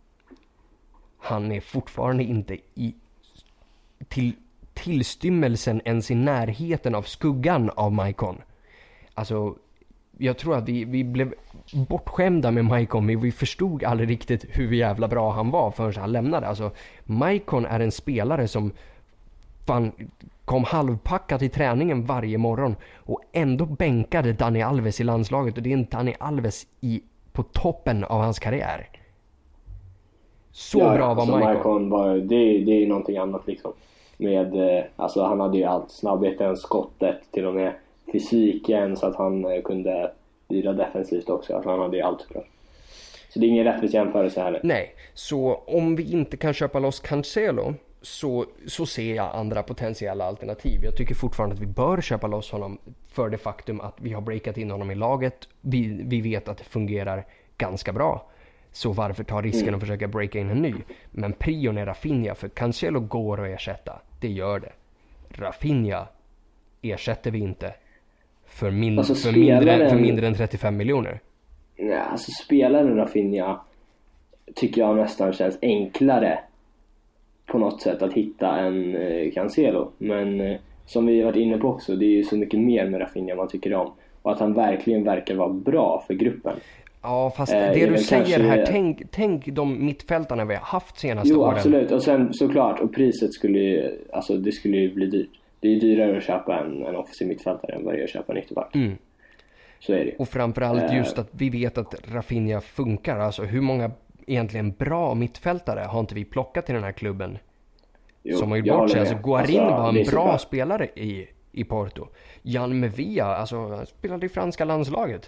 han är fortfarande inte i till tillstymmelsen ens i närheten av skuggan av Maicon. Alltså, jag tror att vi, vi blev bortskämda med Maicon, men vi förstod aldrig riktigt hur jävla bra han var förrän han lämnade. Alltså, Maicon är en spelare som fan kom halvpackat i träningen varje morgon och ändå bänkade Dani Alves i landslaget, och det är en Dani Alves i, på toppen av hans karriär. Så ja, bra var alltså Maicon. Maicon var, det, det är ju någonting annat liksom. Med, eh, alltså han hade ju allt, snabbheten, skottet, till och med fysiken, så att han eh, kunde bidra defensivt också. Alltså han hade ju allt såklart. Så det är ingen rättvis jämförelse här. Nej, så om vi inte kan köpa loss Cancelo så, så ser jag andra potentiella alternativ. Jag tycker fortfarande att vi bör köpa loss honom för det faktum att vi har breakat in honom i laget. Vi, vi vet att det fungerar ganska bra. Så varför ta risken mm. att försöka breaka in en ny? Men prion är Rafinha, för Cancelo går att ersätta. Det gör det. Rafinha ersätter vi inte för, min, alltså, för, mindre, för mindre än trettiofem miljoner. Nej, alltså spelaren Rafinha tycker jag nästan känns enklare på något sätt att hitta en eh, Cancelo. Men eh, som vi har varit inne på också, det är ju så mycket mer med Rafinha man tycker om. Och att han verkligen verkar vara bra för gruppen. Ja, fast eh, det du säger kanske här, tänk, tänk de mittfältarna vi har haft senaste jo, åren. Jo, absolut. Och sen såklart, och priset skulle ju, alltså det skulle ju bli dyrt. Det är dyrare att köpa en, en offensiv mittfältare än vad det är att köpa en ytterback. Mm. Så är det. Och framförallt just att vi vet att Rafinha funkar. Alltså hur många egentligen bra mittfältare har inte vi plockat i den här klubben? Jo, som har ju bort sig. Alltså Guarin alltså, var en bra spelare i, i Porto. Jan Mevia, alltså han spelade i franska landslaget.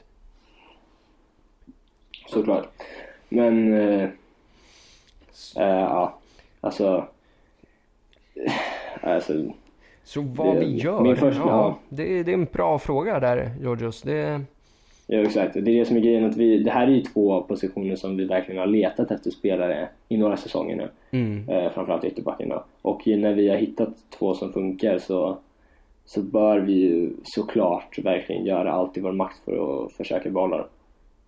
Såklart. Men äh, äh, ja, alltså, äh, alltså så vad det, vi gör? Min första, ja, ja. Det, det är en bra fråga där, Georgios. Det... Ja, exakt. Det är det som är grejen. Att vi, det här är ju två positioner som vi verkligen har letat efter spelare i några säsonger nu. Mm. Eh, framförallt ytterbacken då. Och när vi har hittat två som funkar så, så bör vi ju såklart verkligen göra allt i vår makt för att försöka behålla dem.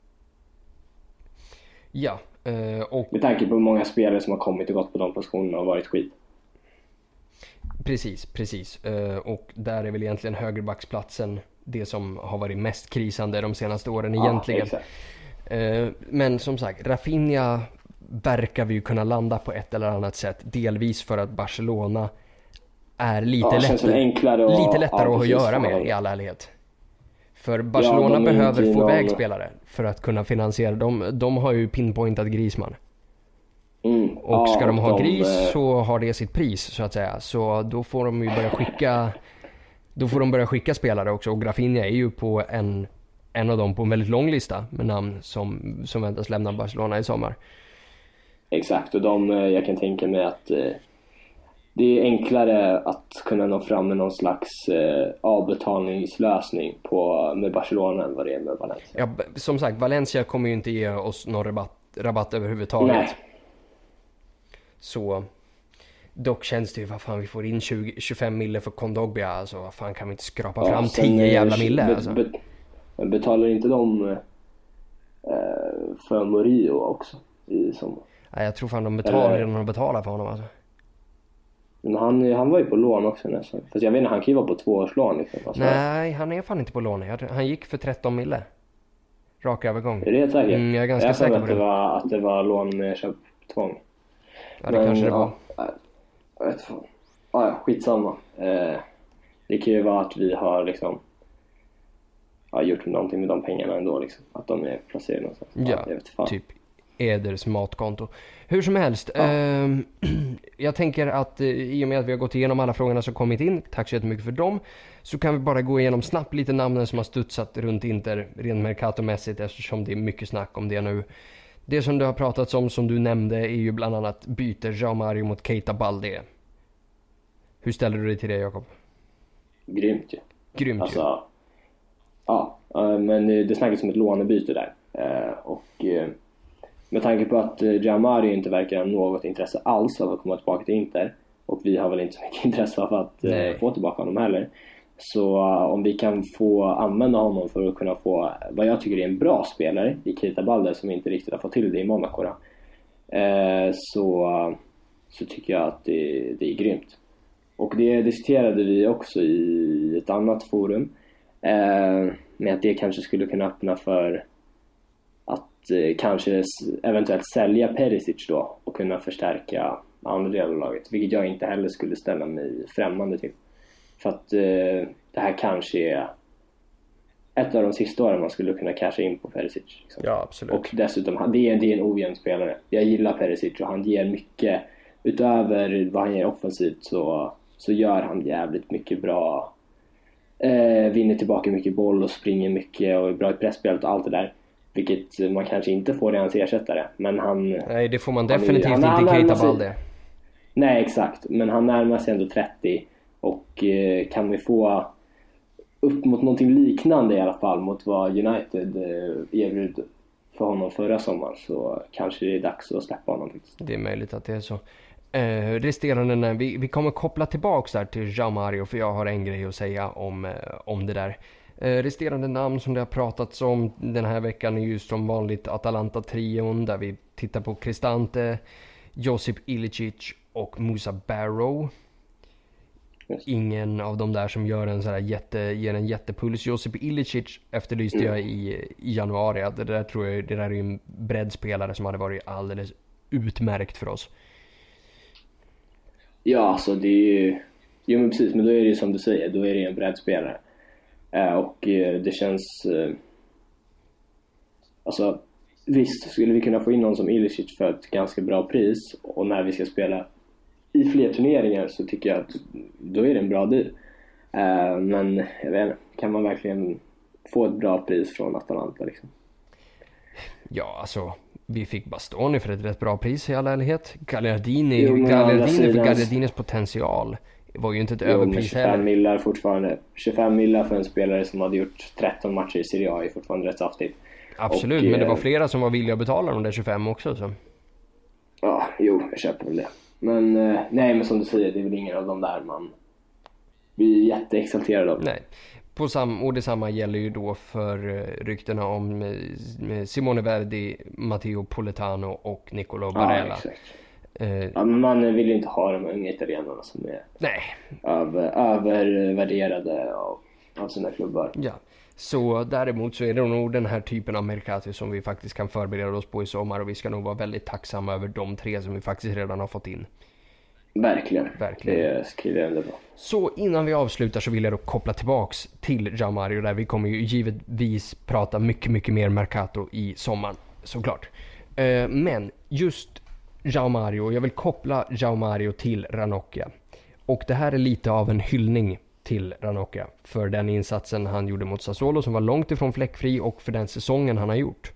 Ja. Eh, och... Med tanke på många spelare som har kommit och gått på de positionerna och varit skit. Precis, precis. Uh, och där är väl egentligen högerbacksplatsen det som har varit mest krisande de senaste åren egentligen. Ja, uh, men som sagt, Rafinha verkar vi ju kunna landa på ett eller annat sätt. Delvis för att Barcelona är lite, ja, lättare, enklare och, lite lättare ja, att göra med i all ärlighet. För Barcelona ja, behöver få någon... vägspelare för att kunna finansiera. De, de har ju pinpointat Griezmann. Mm. Och ska ja, de ha de, gris så har det sitt pris så att säga. Så då får de ju börja skicka Då får de börja skicka spelare också. Och Rafinha är ju på en En av dem på en väldigt lång lista med namn som, som väntas lämna Barcelona i sommar. Exakt, och de, jag kan tänka mig att eh, det är enklare att kunna nå fram med någon slags eh, avbetalningslösning på, med Barcelona än vad det är med Valencia. Ja, som sagt, Valencia kommer ju inte ge oss någon rabatt, rabatt överhuvudtaget. Nej. Så dock känns det ju, vad fan, vi får in tjugo, tjugofem mille för Kondogbia, alltså vad fan, kan vi inte skrapa ja, fram tio jävla mille be, alltså. be, Men betalar inte de eh, för Murillo också i sommar? Nej, jag tror fan de betalar Eller... redan de betalar för honom alltså. Men han, han var ju på lån också nästan. Fast jag vet inte, han kan ju vara på tvåårslån liksom. Alltså, Nej, han är fan inte på lån. Han gick för tretton mille. Rak övergång. Är det säkert? Mm, jag är ganska jag säker på att det. det var att det var lån med köptvång. Ja, det Men, kanske det var. Ja, jag vet fan. Ja, skitsamma. Eh, det kan ju vara att vi har liksom ja, gjort någonting med de pengarna ändå liksom. Att de är placerade någonstans. Ja, ja jag vet fan. Typ Eders matkonto. Hur som helst, ja. eh, jag tänker att eh, i och med att vi har gått igenom alla frågorna som kommit in, tack så jättemycket för dem, så kan vi bara gå igenom snabbt lite namnen som har studsat runt Inter rent Mercato-mässigt, eftersom det är mycket snack om det nu. Det som du har pratat om, som du nämnde, är ju bland annat byter João Mario mot Keita Balde. Hur ställer du dig till det, Jakob? Grymt ju. Grymt alltså, ja, men det snackas som ett lånebyte där. Och med tanke på att João Mario inte verkar ha något intresse alls av att komma tillbaka till Inter, och vi har väl inte så mycket intresse av att Nej. få tillbaka honom heller. Så om vi kan få använda honom för att kunna få vad jag tycker är en bra spelare i Keita Balde, som inte riktigt har fått till det i Monaco då, så, så tycker jag att det, det är grymt. Och det diskuterade vi också i ett annat forum, med att det kanske skulle kunna öppna för att eh, kanske eventuellt sälja Perisic då och kunna förstärka andra delar av laget, vilket jag inte heller skulle ställa mig främmande till. För att eh, det här kanske är ett av de sista åren man skulle kunna casha in på Perisic. Liksom. Ja, absolut. Och dessutom, det är, det är en ojämn spelare. Jag gillar Perisic och han ger mycket, utöver vad han ger offensivt, så, så gör han jävligt mycket bra. Eh, vinner tillbaka mycket boll och springer mycket och är bra i pressspelet och allt det där. Vilket man kanske inte får i hans ersättare. Men han... Nej, det får man definitivt han, inte han, i Keita Balde. Nej, exakt. Men han närmar sig ändå trettio. Och eh, kan vi få upp mot någonting liknande i alla fall mot vad United eh, erbjöd för honom förra sommaren, så kanske det är dags att släppa honom faktiskt. Det är möjligt att det är så. Eh, resterande, vi, vi kommer koppla tillbaks där till João Mario, för jag har en grej att säga om, eh, om det där. Eh, resterande namn som det har pratats om den här veckan är ju som vanligt Atalanta-trion, där vi tittar på Cristante, Josip Ilicic och Musa Barrow. Ingen av de där som gör en så här jätte, ger en jättepuls. Josip Ilicic efterlyste mm. jag i, i januari. Det där tror jag, det där är ju en breddspelare som hade varit alldeles utmärkt för oss. Ja, alltså det är ju... Jo, men precis, men då är det ju som du säger, då är det en breddspelare. Eh, och eh, det känns... Eh, alltså, visst skulle vi kunna få in någon som Ilicic för ett ganska bra pris, och när vi ska spela i fler turneringar så tycker jag att då är det en bra deal. Uh, men jag vet inte, kan man verkligen få ett bra pris från Atalanta liksom? Ja, alltså vi fick Bastoni för ett rätt bra pris i all ärlighet. Gagliardini, jo, Gagliardini för Gagliardinis potential var ju inte ett jo, överpris heller. tjugofem millar fortfarande. tjugofem millar för en spelare som hade gjort tretton matcher i Serie A är fortfarande rätt saftigt. Absolut, och, men det var flera som var villiga att betala de där tjugofem också så. Ja, jo, jag köper väl det. Men nej, men som du säger, det är väl ingen av dem där man blir jätteexalterad av. Nej, på sam- och detsamma gäller ju då för ryktena om Simone Verdi, Matteo Politano och Nicolo Barella. Ja, exakt. Uh, ja, men man vill ju inte ha de unga italienarna som är nej. Över, övervärderade av, av sina klubbar. Ja. Så däremot så är det nog den här typen av Mercato som vi faktiskt kan förbereda oss på i sommar, och vi ska nog vara väldigt tacksamma över de tre som vi faktiskt redan har fått in. Verkligen. Verkligen. Det skriver jag ändå på. Så innan vi avslutar så vill jag då koppla tillbaks till João Mario, där vi kommer ju givetvis prata mycket, mycket mer Mercato i sommar, såklart. Men just João Mario, jag vill koppla João Mario till Ranocchia. Och det här är lite av en hyllning till Ranocchia för den insatsen han gjorde mot Sassuolo, som var långt ifrån fläckfri, och för den säsongen han har gjort.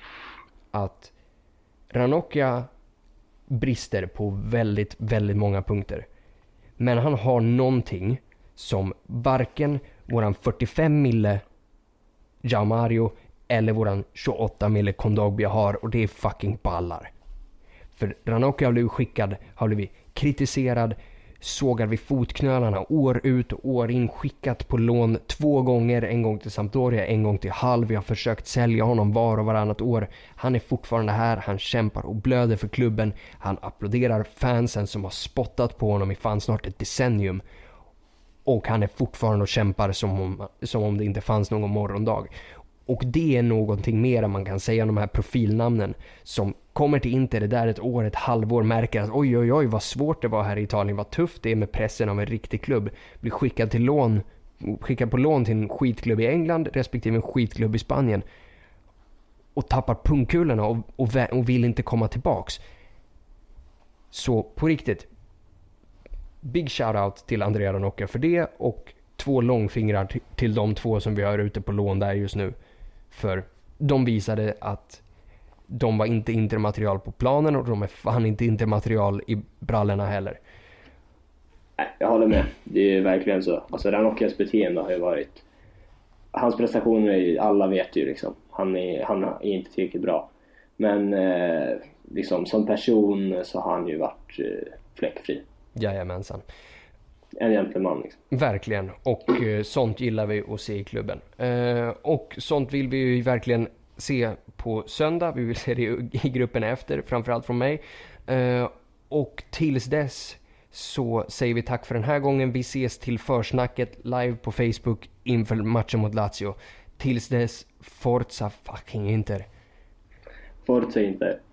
Att Ranocchia brister på väldigt, väldigt många punkter. Men han har någonting som varken våran fyrtiofem mille João Mario eller våran tjugoåtta mille Kondogbia har, och det är fucking ballar. För Ranocchia har blivit skickad, har blivit kritiserad, sågar vi fotknölarna år ut och år in, skickat på lån två gånger, en gång till Sampdoria, en gång till Hull. Vi har försökt sälja honom var och varannat år. Han är fortfarande här, han kämpar och blöder för klubben. Han applåderar fansen som har spottat på honom i fan snart ett decennium. Och han är fortfarande och kämpar som om, som om det inte fanns någon morgondag. Och det är någonting mer än man kan säga om de här profilnamnen som kommer till Inter det där ett år, ett halvår, märker att oj oj oj vad svårt det var här i Italien, vad tufft det är med pressen av en riktig klubb. Blir skickad till lån, skickad på lån till en skitklubb i England respektive en skitklubb i Spanien och tappar pungkulorna och, och, och vill inte komma tillbaks. Så på riktigt, big shoutout till Andrea Ranocchia för det, och två långfingrar t- till de två som vi har ute på lån där just nu. För de visade att de var inte intermaterial på planen och de är fan inte intermaterial i brallorna heller. Nej, jag håller med. Det är verkligen så. Alltså Ranocchias beteende har ju varit... Hans prestationer, är, alla vet ju liksom. Han är, han är inte tillräckligt bra. Men eh, liksom som person så har han ju varit eh, fläckfri. Jajamensan. En gentleman liksom. Verkligen, och eh, sånt gillar vi att se i klubben. Eh, och sånt vill vi ju verkligen se på söndag. Vi vill se det i gruppen efter, framförallt från mig. Eh, och tills dess så säger vi tack för den här gången. Vi ses till försnacket live på Facebook inför matchen mot Lazio. Tills dess, Forza fucking Inter. Forza Inter.